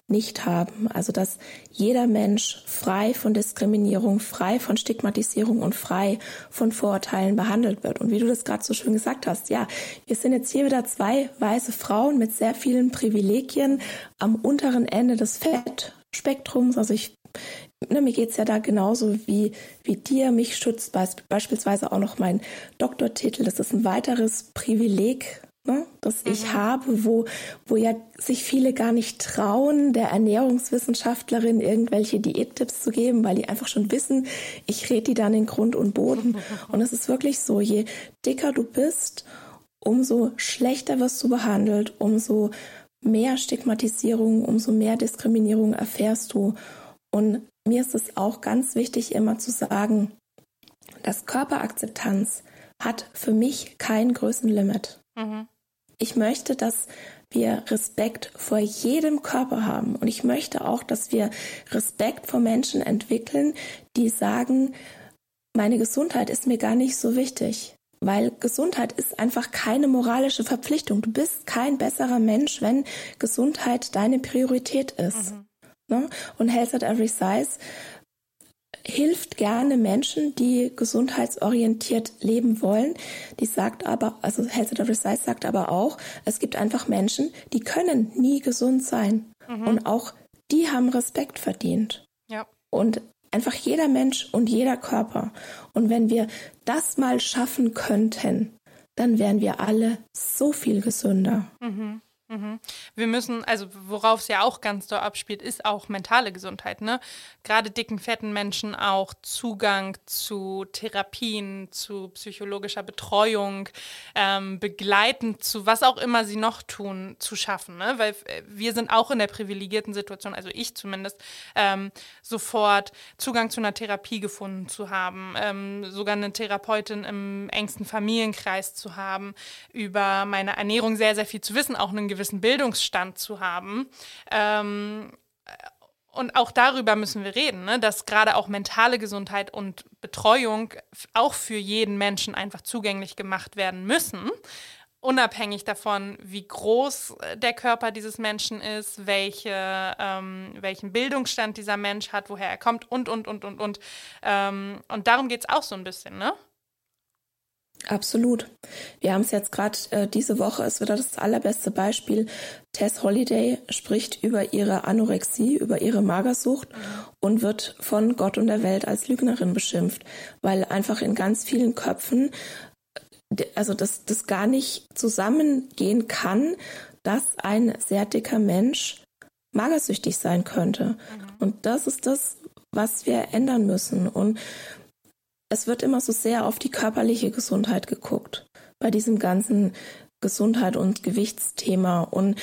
nicht haben. Also dass jeder Mensch frei von Diskriminierung, frei von Stigmatisierung und frei von Vorurteilen behandelt wird. Und wie du das gerade so schön gesagt hast, ja, wir sind jetzt hier wieder 2 weiße Frauen mit sehr vielen Privilegien am unteren Ende des Fettspektrums. Also mir geht's ja da genauso wie dir. Mich schützt beispielsweise auch noch mein Doktortitel. Das ist ein weiteres Privileg, ne, das ich habe, wo ja sich viele gar nicht trauen, der Ernährungswissenschaftlerin irgendwelche Diättipps zu geben, weil die einfach schon wissen, ich rede die dann in Grund und Boden. Und es ist wirklich so, je dicker du bist, umso schlechter wirst du behandelt, umso mehr Stigmatisierung, umso mehr Diskriminierung erfährst du. Und mir ist es auch ganz wichtig, immer zu sagen, dass Körperakzeptanz hat für mich kein Größenlimit. Ich möchte, dass wir Respekt vor jedem Körper haben. Und ich möchte auch, dass wir Respekt vor Menschen entwickeln, die sagen, meine Gesundheit ist mir gar nicht so wichtig. Weil Gesundheit ist einfach keine moralische Verpflichtung. Du bist kein besserer Mensch, wenn Gesundheit deine Priorität ist. Ne? Und Health at Every Size hilft gerne Menschen, die gesundheitsorientiert leben wollen. Die sagt aber, also Health at Every Size sagt aber auch, es gibt einfach Menschen, die können nie gesund sein. Und auch die haben Respekt verdient. Ja. Und einfach jeder Mensch und jeder Körper. Und wenn wir das mal schaffen könnten, dann wären wir alle so viel gesünder. Wir müssen, also worauf es ja auch ganz doll abspielt, ist auch mentale Gesundheit, ne? Gerade dicken, fetten Menschen auch Zugang zu Therapien, zu psychologischer Betreuung, begleitend zu was auch immer sie noch tun, zu schaffen, ne? Weil wir sind auch in der privilegierten Situation, also ich zumindest, sofort Zugang zu einer Therapie gefunden zu haben, sogar eine Therapeutin im engsten Familienkreis zu haben, über meine Ernährung sehr, sehr viel zu wissen, auch einen gewissen Bildungsstand zu haben. Und auch darüber müssen wir reden, ne? Dass gerade auch mentale Gesundheit und Betreuung auch für jeden Menschen einfach zugänglich gemacht werden müssen, unabhängig davon, wie groß der Körper dieses Menschen ist, welchen Bildungsstand dieser Mensch hat, woher er kommt und. Und darum geht es auch so ein bisschen, ne? Absolut. Wir haben es jetzt gerade diese Woche, ist wieder das allerbeste Beispiel. Tess Holliday spricht über ihre Anorexie, über ihre Magersucht und wird von Gott und der Welt als Lügnerin beschimpft, weil einfach in ganz vielen Köpfen, also das gar nicht zusammengehen kann, dass ein sehr dicker Mensch magersüchtig sein könnte. Und das ist das, was wir ändern müssen. Und es wird immer so sehr auf die körperliche Gesundheit geguckt, bei diesem ganzen Gesundheit- und Gewichtsthema. Und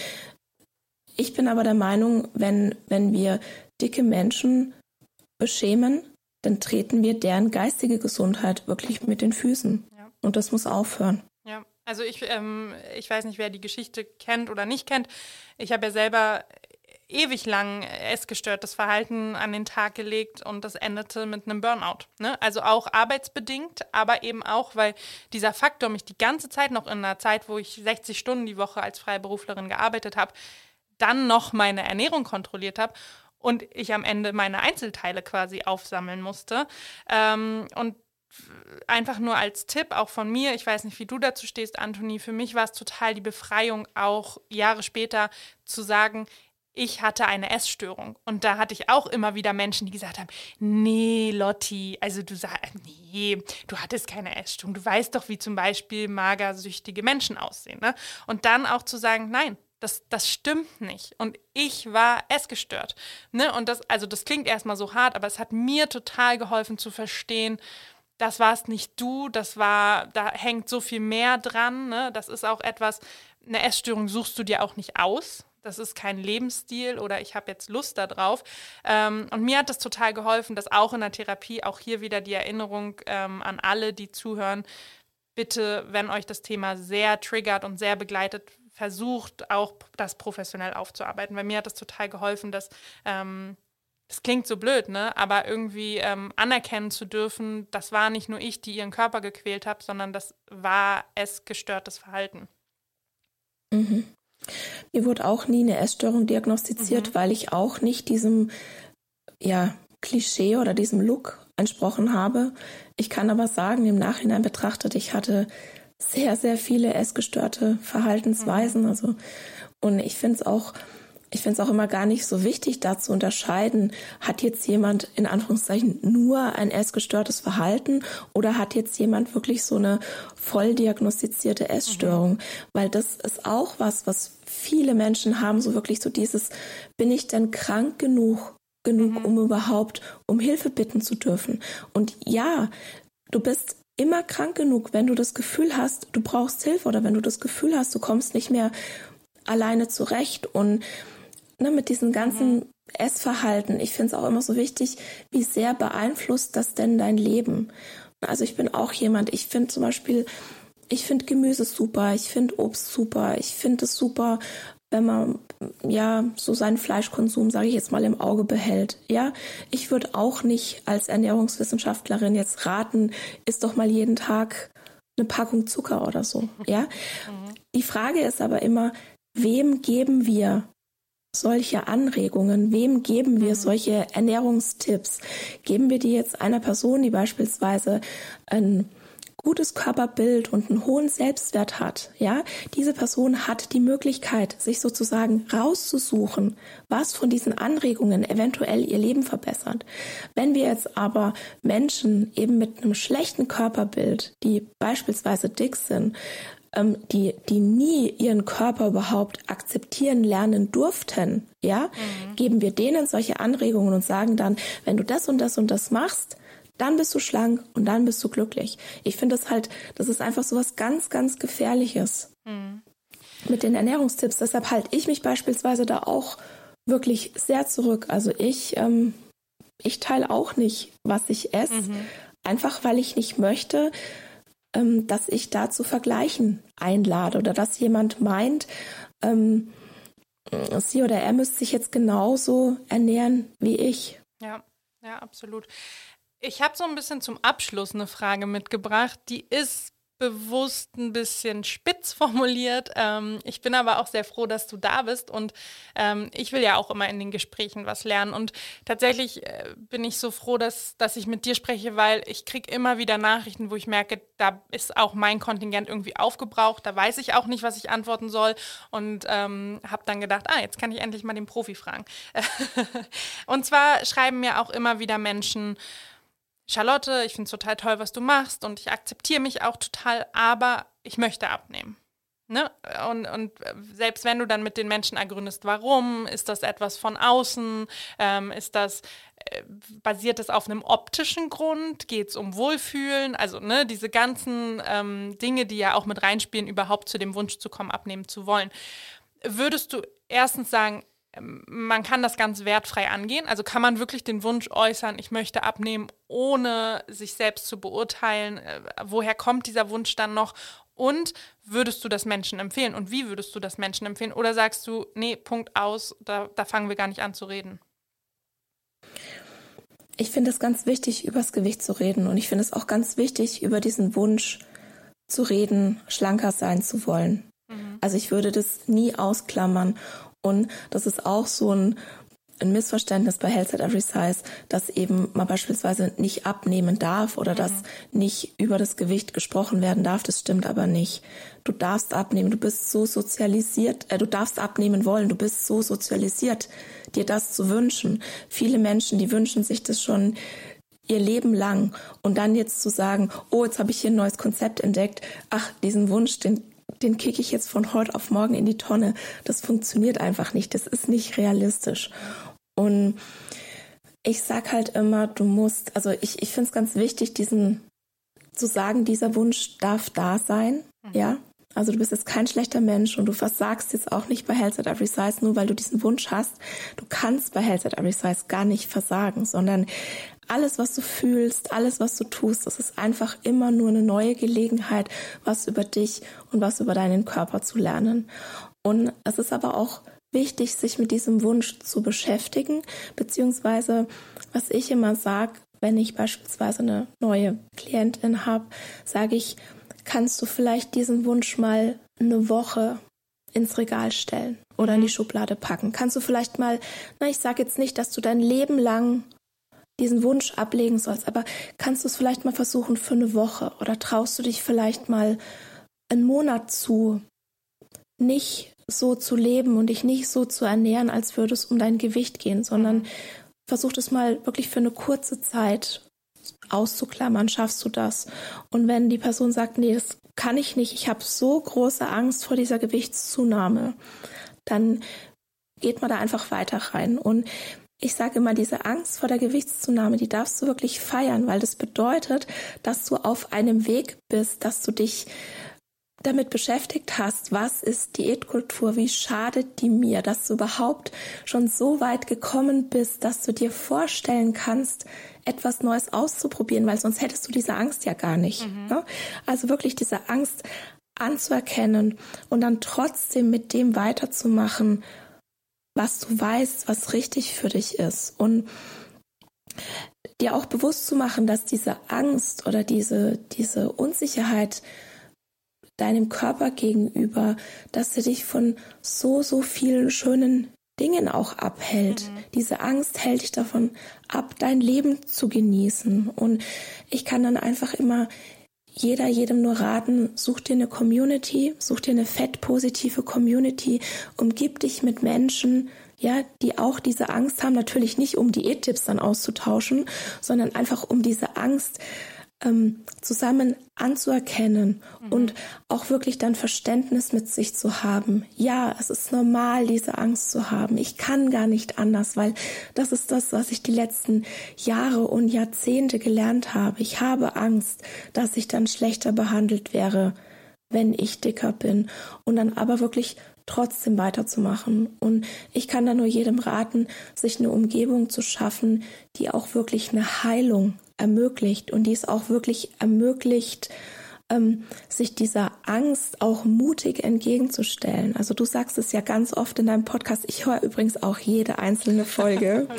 ich bin aber der Meinung, wenn wir dicke Menschen beschämen, dann treten wir deren geistige Gesundheit wirklich mit den Füßen. Ja. Und das muss aufhören. Ja, also ich weiß nicht, wer die Geschichte kennt oder nicht kennt. Ich habe ja selber ewig lang essgestörtes Verhalten an den Tag gelegt und das endete mit einem Burnout. Ne? Also auch arbeitsbedingt, aber eben auch, weil dieser Faktor mich die ganze Zeit noch in einer Zeit, wo ich 60 Stunden die Woche als Freiberuflerin gearbeitet habe, dann noch meine Ernährung kontrolliert habe und ich am Ende meine Einzelteile quasi aufsammeln musste. Und einfach nur als Tipp, auch von mir, ich weiß nicht, wie du dazu stehst, Anthony, für mich war es total die Befreiung, auch Jahre später zu sagen, ich hatte eine Essstörung. Und da hatte ich auch immer wieder Menschen, die gesagt haben, nee, Lotti, also du hattest keine Essstörung. Du weißt doch, wie zum Beispiel magersüchtige Menschen aussehen. Ne? Und dann auch zu sagen, nein, das stimmt nicht. Und ich war essgestört. Ne? Und das klingt erstmal so hart, aber es hat mir total geholfen zu verstehen, das warst nicht du, da hängt so viel mehr dran. Ne? Das ist auch etwas, eine Essstörung suchst du dir auch nicht aus. Das ist kein Lebensstil oder ich habe jetzt Lust darauf. Und mir hat das total geholfen, dass auch in der Therapie, auch hier wieder die Erinnerung an alle, die zuhören, bitte, wenn euch das Thema sehr triggert und sehr begleitet, versucht auch das professionell aufzuarbeiten. Weil mir hat das total geholfen, dass, das klingt so blöd, ne? Aber irgendwie anerkennen zu dürfen, das war nicht nur ich, die ihren Körper gequält habe, sondern das war essgestörtes Verhalten. Mhm. Mir wurde auch nie eine Essstörung diagnostiziert, weil ich auch nicht diesem Klischee oder diesem Look entsprochen habe. Ich kann aber sagen, im Nachhinein betrachtet, ich hatte sehr, sehr viele essgestörte Verhaltensweisen. Und ich finde es auch immer gar nicht so wichtig, da zu unterscheiden, hat jetzt jemand in Anführungszeichen nur ein essgestörtes Verhalten oder hat jetzt jemand wirklich so eine voll diagnostizierte Essstörung? Weil das ist auch was viele Menschen haben, so wirklich so dieses, bin ich denn krank genug, um überhaupt um Hilfe bitten zu dürfen? Und ja, du bist immer krank genug, wenn du das Gefühl hast, du brauchst Hilfe oder wenn du das Gefühl hast, du kommst nicht mehr alleine zurecht. Und mit diesem ganzen Essverhalten, ich finde es auch immer so wichtig, wie sehr beeinflusst das denn dein Leben? Also ich bin auch jemand, ich finde zum Beispiel, ich finde Gemüse super, ich finde Obst super, ich finde es super, wenn man so seinen Fleischkonsum, sage ich jetzt mal, im Auge behält. Ja, ich würde auch nicht als Ernährungswissenschaftlerin jetzt raten, isst doch mal jeden Tag eine Packung Zucker oder so. Ja, die Frage ist aber immer, wem geben wir solche Anregungen? Wem geben wir solche Ernährungstipps? Geben wir die jetzt einer Person, die beispielsweise ein gutes Körperbild und einen hohen Selbstwert hat? Ja, diese Person hat die Möglichkeit, sich sozusagen rauszusuchen, was von diesen Anregungen eventuell ihr Leben verbessert. Wenn wir jetzt aber Menschen eben mit einem schlechten Körperbild, die beispielsweise dick sind, die nie ihren Körper überhaupt akzeptieren lernen durften, geben wir denen solche Anregungen und sagen dann, wenn du das und das und das machst, dann bist du schlank und dann bist du glücklich. Ich finde das ist einfach so was ganz, ganz Gefährliches mit den Ernährungstipps. Deshalb halte ich mich beispielsweise da auch wirklich sehr zurück. Also ich teile auch nicht, was ich esse, einfach weil ich nicht möchte, dass ich da zu Vergleichen einlade oder dass jemand meint, sie oder er müsste sich jetzt genauso ernähren wie ich. Ja, absolut. Ich habe so ein bisschen zum Abschluss eine Frage mitgebracht, die ist bewusst ein bisschen spitz formuliert. Ich bin aber auch sehr froh, dass du da bist und ich will ja auch immer in den Gesprächen was lernen und tatsächlich bin ich so froh, dass ich mit dir spreche, weil ich kriege immer wieder Nachrichten, wo ich merke, da ist auch mein Kontingent irgendwie aufgebraucht, da weiß ich auch nicht, was ich antworten soll und habe dann gedacht, jetzt kann ich endlich mal den Profi fragen. Und zwar schreiben mir auch immer wieder Menschen, Charlotte, ich finde es total toll, was du machst und ich akzeptiere mich auch total, aber ich möchte abnehmen. Ne? Und selbst wenn du dann mit den Menschen ergründest, warum, ist das etwas von außen, basiert das auf einem optischen Grund, geht es um Wohlfühlen, also diese ganzen Dinge, die ja auch mit reinspielen, überhaupt zu dem Wunsch zu kommen, abnehmen zu wollen. Würdest du erstens sagen, man kann das ganz wertfrei angehen. Also kann man wirklich den Wunsch äußern, ich möchte abnehmen, ohne sich selbst zu beurteilen. Woher kommt dieser Wunsch dann noch? Und würdest du das Menschen empfehlen? Und wie würdest du das Menschen empfehlen? Oder sagst du, nee, Punkt aus, da fangen wir gar nicht an zu reden? Ich finde es ganz wichtig, über das Gewicht zu reden. Und ich finde es auch ganz wichtig, über diesen Wunsch zu reden, schlanker sein zu wollen. Also ich würde das nie ausklammern. Und das ist auch so ein Missverständnis bei Health at Every Size, dass eben man beispielsweise nicht abnehmen darf oder dass nicht über das Gewicht gesprochen werden darf. Das stimmt aber nicht. Du darfst abnehmen, du bist so sozialisiert, du darfst abnehmen wollen, du bist so sozialisiert, dir das zu wünschen. Viele Menschen, die wünschen sich das schon ihr Leben lang. Und dann jetzt zu sagen, jetzt habe ich hier ein neues Konzept entdeckt, diesen Wunsch, den kicke ich jetzt von heute auf morgen in die Tonne. Das funktioniert einfach nicht. Das ist nicht realistisch. Und ich sag halt immer, ich finde es ganz wichtig, zu sagen, dieser Wunsch darf da sein. Ja. Also du bist jetzt kein schlechter Mensch und du versagst jetzt auch nicht bei Health at Every Size, nur weil du diesen Wunsch hast. Du kannst bei Health at Every Size gar nicht versagen, sondern alles, was du fühlst, alles, was du tust, das ist einfach immer nur eine neue Gelegenheit, was über dich und was über deinen Körper zu lernen. Und es ist aber auch wichtig, sich mit diesem Wunsch zu beschäftigen, beziehungsweise, was ich immer sage, wenn ich beispielsweise eine neue Klientin habe, sage ich, kannst du vielleicht diesen Wunsch mal eine Woche ins Regal stellen oder in die Schublade packen? Kannst du vielleicht mal, ich sage jetzt nicht, dass du dein Leben lang diesen Wunsch ablegen sollst, aber kannst du es vielleicht mal versuchen für eine Woche oder traust du dich vielleicht mal einen Monat zu, nicht so zu leben und dich nicht so zu ernähren, als würde es um dein Gewicht gehen, sondern versuch es mal wirklich für eine kurze Zeit auszuklammern, schaffst du das? Und wenn die Person sagt, nee, das kann ich nicht, ich habe so große Angst vor dieser Gewichtszunahme, dann geht man da einfach weiter rein. Und ich sage immer, diese Angst vor der Gewichtszunahme, die darfst du wirklich feiern, weil das bedeutet, dass du auf einem Weg bist, dass du dich damit beschäftigt hast, was ist Diätkultur, wie schadet die mir, dass du überhaupt schon so weit gekommen bist, dass du dir vorstellen kannst, etwas Neues auszuprobieren, weil sonst hättest du diese Angst ja gar nicht. Ne? Also wirklich diese Angst anzuerkennen und dann trotzdem mit dem weiterzumachen, was du weißt, was richtig für dich ist. Und dir auch bewusst zu machen, dass diese Angst oder diese Unsicherheit deinem Körper gegenüber, dass sie dich von so vielen schönen Dingen auch abhält. Diese Angst hält dich davon ab, dein Leben zu genießen. Und ich kann dann einfach immer jedem nur raten, such dir eine Community, such dir eine fettpositive Community, umgib dich mit Menschen, ja, die auch diese Angst haben, natürlich nicht um Diättipps dann auszutauschen, sondern einfach um diese Angst zusammen anzuerkennen und auch wirklich dann Verständnis mit sich zu haben. Ja, es ist normal, diese Angst zu haben. Ich kann gar nicht anders, weil das ist das, was ich die letzten Jahre und Jahrzehnte gelernt habe. Ich habe Angst, dass ich dann schlechter behandelt wäre, wenn ich dicker bin. Und dann aber wirklich trotzdem weiterzumachen. Und ich kann da nur jedem raten, sich eine Umgebung zu schaffen, die auch wirklich eine Heilung ermöglicht und die es auch wirklich ermöglicht, sich dieser Angst auch mutig entgegenzustellen. Also du sagst es ja ganz oft in deinem Podcast. Ich höre übrigens auch jede einzelne Folge,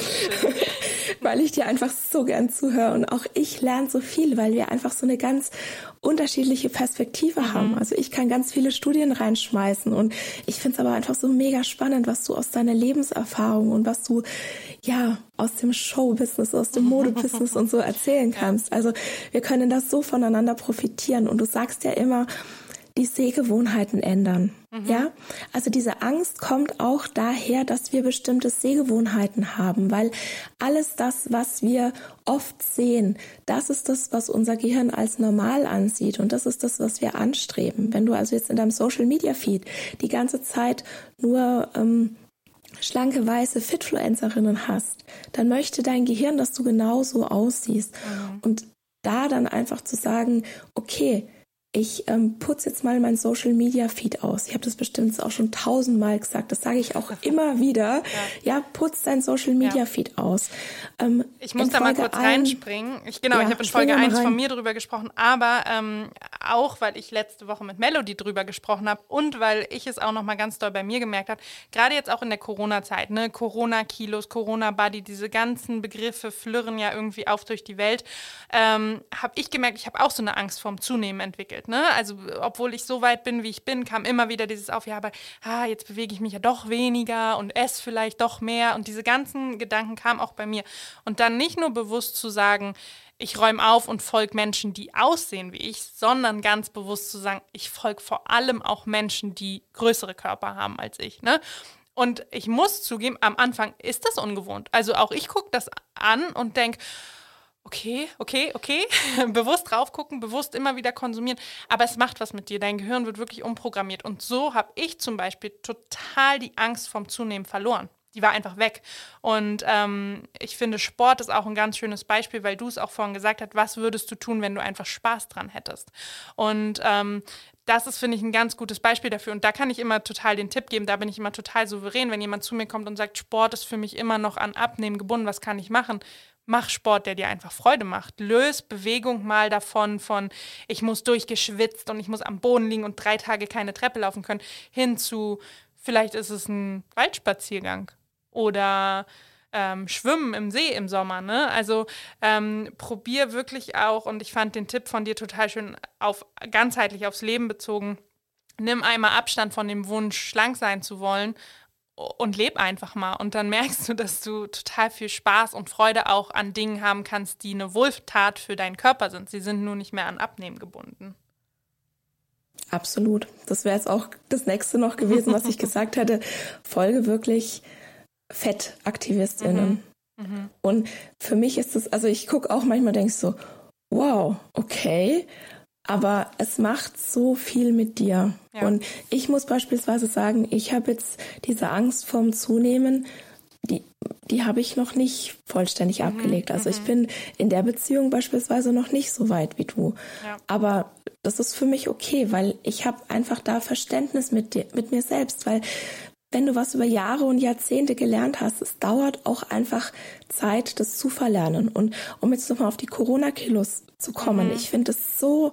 weil ich dir einfach so gern zuhöre. Und auch ich lerne so viel, weil wir einfach so eine ganz unterschiedliche Perspektive haben. Also ich kann ganz viele Studien reinschmeißen und ich finde es aber einfach so mega spannend, was du aus deiner Lebenserfahrung und was du ja aus dem Show-Business, aus dem Mode-Business und so erzählen kannst. Also wir können das so voneinander profitieren und du sagst ja immer, die Sehgewohnheiten ändern. Ja, also diese Angst kommt auch daher, dass wir bestimmte Sehgewohnheiten haben, weil alles das, was wir oft sehen, das ist das, was unser Gehirn als normal ansieht und das ist das, was wir anstreben. Wenn du also jetzt in deinem Social-Media-Feed die ganze Zeit nur schlanke, weiße Fitfluencerinnen hast, dann möchte dein Gehirn, dass du genauso aussiehst. Und da dann einfach zu sagen, okay, ich putze jetzt mal mein Social-Media-Feed aus. Ich habe das bestimmt auch schon 1000-mal gesagt. Das sage ich auch immer wieder. Ja, putz dein Social-Media-Feed aus. Ich muss da mal kurz reinspringen. Ich habe in Folge 1 von mir drüber gesprochen, aber auch, weil ich letzte Woche mit Melody drüber gesprochen habe und weil ich es auch noch mal ganz doll bei mir gemerkt habe, gerade jetzt auch in der Corona-Zeit, ne, Corona-Kilos, Corona-Body, diese ganzen Begriffe flirren ja irgendwie auf durch die Welt, habe ich gemerkt, ich habe auch so eine Angst vorm Zunehmen entwickelt. Ne? Also obwohl ich so weit bin, wie ich bin, kam immer wieder dieses auf, ja, aber jetzt bewege ich mich ja doch weniger und esse vielleicht doch mehr und diese ganzen Gedanken kamen auch bei mir. Und dann nicht nur bewusst zu sagen, ich räume auf und folge Menschen, die aussehen wie ich, sondern ganz bewusst zu sagen, ich folge vor allem auch Menschen, die größere Körper haben als ich. Ne? Und ich muss zugeben, am Anfang ist das ungewohnt. Also auch ich gucke das an und denke, okay, bewusst drauf gucken, bewusst immer wieder konsumieren, aber es macht was mit dir, dein Gehirn wird wirklich umprogrammiert und so habe ich zum Beispiel total die Angst vom Zunehmen verloren. Die war einfach weg und ich finde, Sport ist auch ein ganz schönes Beispiel, weil du es auch vorhin gesagt hast, was würdest du tun, wenn du einfach Spaß dran hättest und das ist, finde ich, ein ganz gutes Beispiel dafür und da kann ich immer total den Tipp geben, da bin ich immer total souverän, wenn jemand zu mir kommt und sagt, Sport ist für mich immer noch an Abnehmen gebunden, was kann ich machen? Mach Sport, der dir einfach Freude macht. Löse Bewegung mal davon, von ich muss durchgeschwitzt und ich muss am Boden liegen und 3 Tage keine Treppe laufen können, hin zu vielleicht ist es ein Waldspaziergang oder Schwimmen im See im Sommer. Ne? Also probier wirklich auch, und ich fand den Tipp von dir total schön, ganzheitlich aufs Leben bezogen, nimm einmal Abstand von dem Wunsch, schlank sein zu wollen und leb einfach mal. Und dann merkst du, dass du total viel Spaß und Freude auch an Dingen haben kannst, die eine Wohltat für deinen Körper sind. Sie sind nur nicht mehr an Abnehmen gebunden. Absolut. Das wäre jetzt auch das nächste noch gewesen, was ich gesagt hätte. Folge wirklich FettaktivistInnen. Und für mich ist das, also ich gucke auch manchmal, denke so, wow, okay, aber es macht so viel mit dir. Ja. Und ich muss beispielsweise sagen, ich habe jetzt diese Angst vorm Zunehmen, die habe ich noch nicht vollständig abgelegt. Also ich bin in der Beziehung beispielsweise noch nicht so weit wie du. Ja. Aber das ist für mich okay, weil ich habe einfach da Verständnis mit mir selbst, weil wenn du was über Jahre und Jahrzehnte gelernt hast, es dauert auch einfach Zeit, das zu verlernen. Und um jetzt nochmal auf die Corona-Kilos zu kommen, ich finde es so,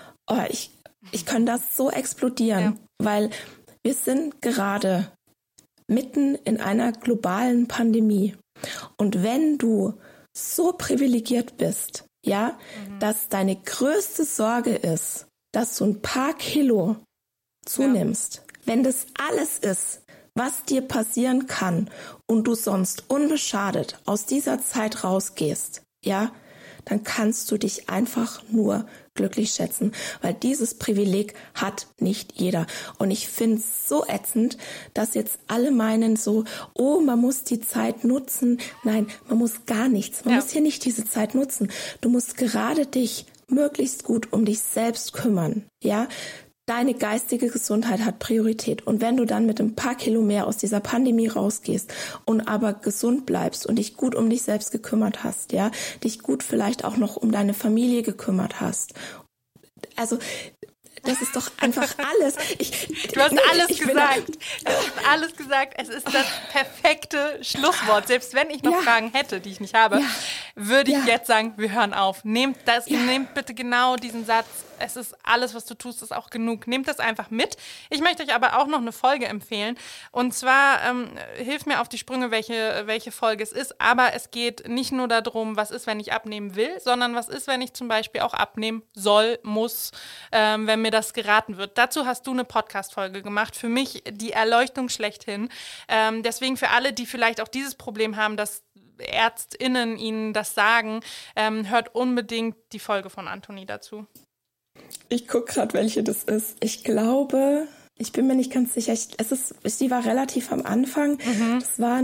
ich kann das so explodieren, weil wir sind gerade mitten in einer globalen Pandemie. Und wenn du so privilegiert bist, ja, dass deine größte Sorge ist, dass du ein paar Kilo zunimmst, wenn das alles ist, was dir passieren kann und du sonst unbeschadet aus dieser Zeit rausgehst, ja, dann kannst du dich einfach nur glücklich schätzen, weil dieses Privileg hat nicht jeder. Und ich finde es so ätzend, dass jetzt alle meinen so, oh, man muss die Zeit nutzen. Nein, man muss gar nichts. Man muss hier nicht diese Zeit nutzen. Du musst gerade dich möglichst gut um dich selbst kümmern, ja. Deine geistige Gesundheit hat Priorität. Und wenn du dann mit ein paar Kilo mehr aus dieser Pandemie rausgehst und aber gesund bleibst und dich gut um dich selbst gekümmert hast, ja, dich gut vielleicht auch noch um deine Familie gekümmert hast. Also, das ist doch einfach alles. Du hast alles gesagt. Du hast alles gesagt. Es ist das perfekte Schlusswort. Selbst wenn ich noch Fragen hätte, die ich nicht habe, würde ich jetzt sagen, wir hören auf. Nehmt bitte genau diesen Satz. Es ist alles, was du tust, ist auch genug. Nehmt das einfach mit. Ich möchte euch aber auch noch eine Folge empfehlen. Und zwar hilft mir auf die Sprünge, welche Folge es ist. Aber es geht nicht nur darum, was ist, wenn ich abnehmen will, sondern was ist, wenn ich zum Beispiel auch abnehmen soll, muss, wenn mir das geraten wird. Dazu hast du eine Podcast-Folge gemacht. Für mich die Erleuchtung schlechthin. Deswegen für alle, die vielleicht auch dieses Problem haben, dass ÄrztInnen ihnen das sagen, hört unbedingt die Folge von Anthony dazu. Ich gucke gerade, welche das ist. Ich glaube, ich bin mir nicht ganz sicher. Sie war relativ am Anfang. Das war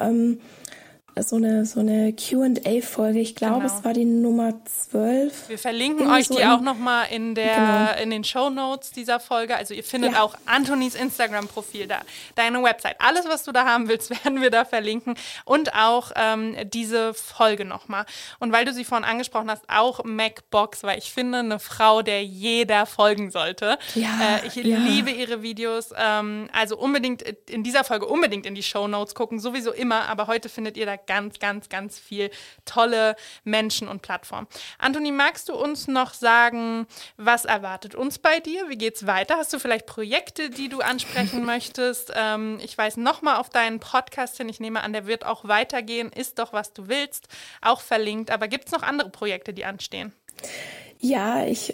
so eine Q&A-Folge. Ich glaube, es war die Nummer 12. Wir verlinken euch die auch nochmal in den Shownotes dieser Folge. Also ihr findet auch Anthonys Instagram-Profil da, deine Website. Alles, was du da haben willst, werden wir da verlinken. Und auch diese Folge nochmal. Und weil du sie vorhin angesprochen hast, auch MacBox, weil ich finde, eine Frau, der jeder folgen sollte. Ich liebe ihre Videos. Also unbedingt in dieser Folge unbedingt in die Shownotes gucken. Sowieso immer, aber heute findet ihr da ganz, ganz, ganz viel tolle Menschen und Plattformen. Anthony, magst du uns noch sagen, was erwartet uns bei dir? Wie geht's weiter? Hast du vielleicht Projekte, die du ansprechen möchtest? Ich weise nochmal auf deinen Podcast hin. Ich nehme an, der wird auch weitergehen. Ist doch, was du willst, auch verlinkt. Aber gibt es noch andere Projekte, die anstehen? Ja, ich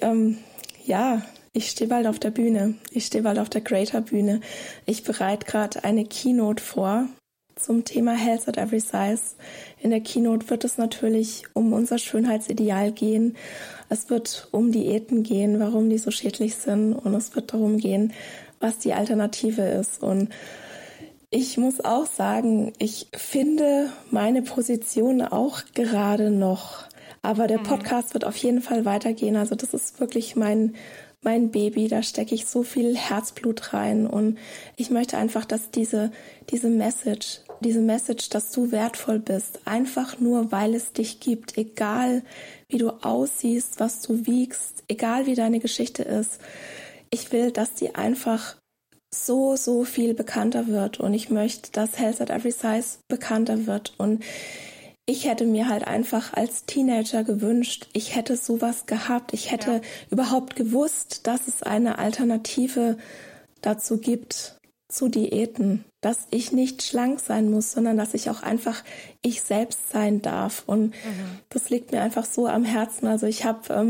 stehe bald auf der Bühne. Ich stehe bald auf der Creator-Bühne. Ich bereite gerade eine Keynote vor zum Thema Health at Every Size. In der Keynote wird es natürlich um unser Schönheitsideal gehen. Es wird um Diäten gehen, warum die so schädlich sind. Und es wird darum gehen, was die Alternative ist. Und ich muss auch sagen, ich finde meine Position auch gerade noch. Aber der Podcast wird auf jeden Fall weitergehen. Also das ist wirklich mein Baby, da stecke ich so viel Herzblut rein und ich möchte einfach, dass diese Message, dass du wertvoll bist, einfach nur, weil es dich gibt, egal wie du aussiehst, was du wiegst, egal wie deine Geschichte ist. Ich will, dass die einfach so viel bekannter wird und ich möchte, dass Health at Every Size bekannter wird und ich hätte mir halt einfach als Teenager gewünscht, ich hätte sowas gehabt. Ich hätte überhaupt gewusst, dass es eine Alternative dazu gibt, zu Diäten. Dass ich nicht schlank sein muss, sondern dass ich auch einfach ich selbst sein darf. Und das liegt mir einfach so am Herzen. Also ich habe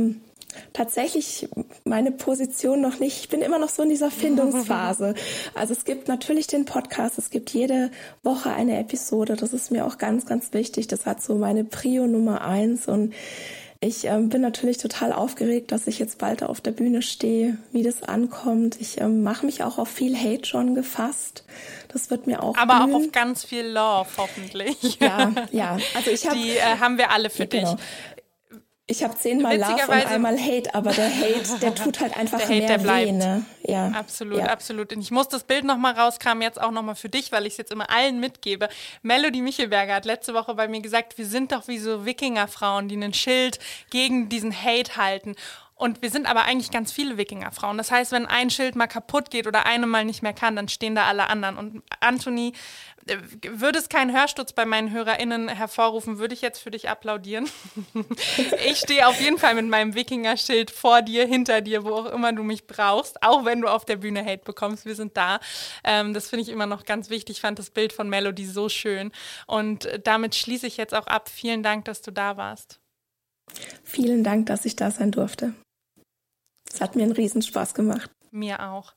tatsächlich meine Position noch nicht. Ich bin immer noch so in dieser Findungsphase. Also es gibt natürlich den Podcast, es gibt jede Woche eine Episode. Das ist mir auch ganz, ganz wichtig. Das hat so meine Prio Nummer 1 und ich bin natürlich total aufgeregt, dass ich jetzt bald auf der Bühne stehe, wie das ankommt. Ich mache mich auch auf viel Hate schon gefasst. Das wird mir auch aber blühen. Auch auf ganz viel Love, hoffentlich. Ja. Also die haben wir alle für dich. Ich habe 10-mal Love und einmal Hate, aber der Hate, der tut halt einfach mehr weh. Ne? Ja. Absolut. Und ich muss das Bild nochmal rauskramen, jetzt auch nochmal für dich, weil ich es jetzt immer allen mitgebe. Melody Michelberger hat letzte Woche bei mir gesagt, wir sind doch wie so Wikingerfrauen, die ein Schild gegen diesen Hate halten. Und wir sind aber eigentlich ganz viele Wikingerfrauen. Das heißt, wenn ein Schild mal kaputt geht oder eine mal nicht mehr kann, dann stehen da alle anderen. Und Anthony, würde es keinen Hörsturz bei meinen HörerInnen hervorrufen, würde ich jetzt für dich applaudieren. Ich stehe auf jeden Fall mit meinem Wikinger-Schild vor dir, hinter dir, wo auch immer du mich brauchst, auch wenn du auf der Bühne Hate bekommst. Wir sind da. Das finde ich immer noch ganz wichtig. Ich fand das Bild von Melody so schön. Und damit schließe ich jetzt auch ab. Vielen Dank, dass du da warst. Vielen Dank, dass ich da sein durfte. Es hat mir einen Riesenspaß gemacht. Mir auch.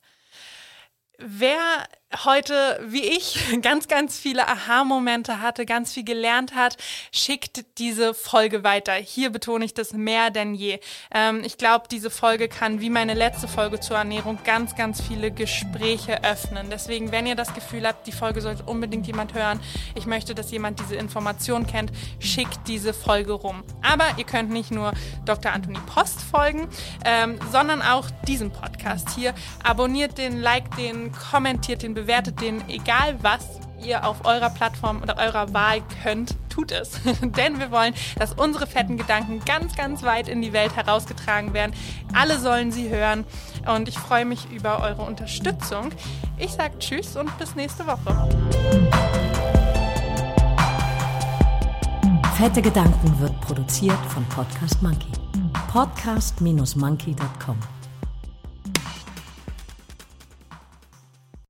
Wer heute, wie ich, ganz, ganz viele Aha-Momente hatte, ganz viel gelernt hat, schickt diese Folge weiter. Hier betone ich das mehr denn je. Ich glaube, diese Folge kann, wie meine letzte Folge zur Ernährung, ganz, ganz viele Gespräche öffnen. Deswegen, wenn ihr das Gefühl habt, die Folge sollte unbedingt jemand hören, ich möchte, dass jemand diese Information kennt, schickt diese Folge rum. Aber ihr könnt nicht nur Dr. Anthony Post folgen, sondern auch diesen Podcast hier. Abonniert den, liked den, kommentiert den, bewertet den, egal was ihr auf eurer Plattform oder eurer Wahl könnt, tut es. Denn wir wollen, dass unsere fetten Gedanken ganz, ganz weit in die Welt herausgetragen werden. Alle sollen sie hören und ich freue mich über eure Unterstützung. Ich sage Tschüss und bis nächste Woche. Fette Gedanken wird produziert von Podcast Monkey. podcast-monkey.com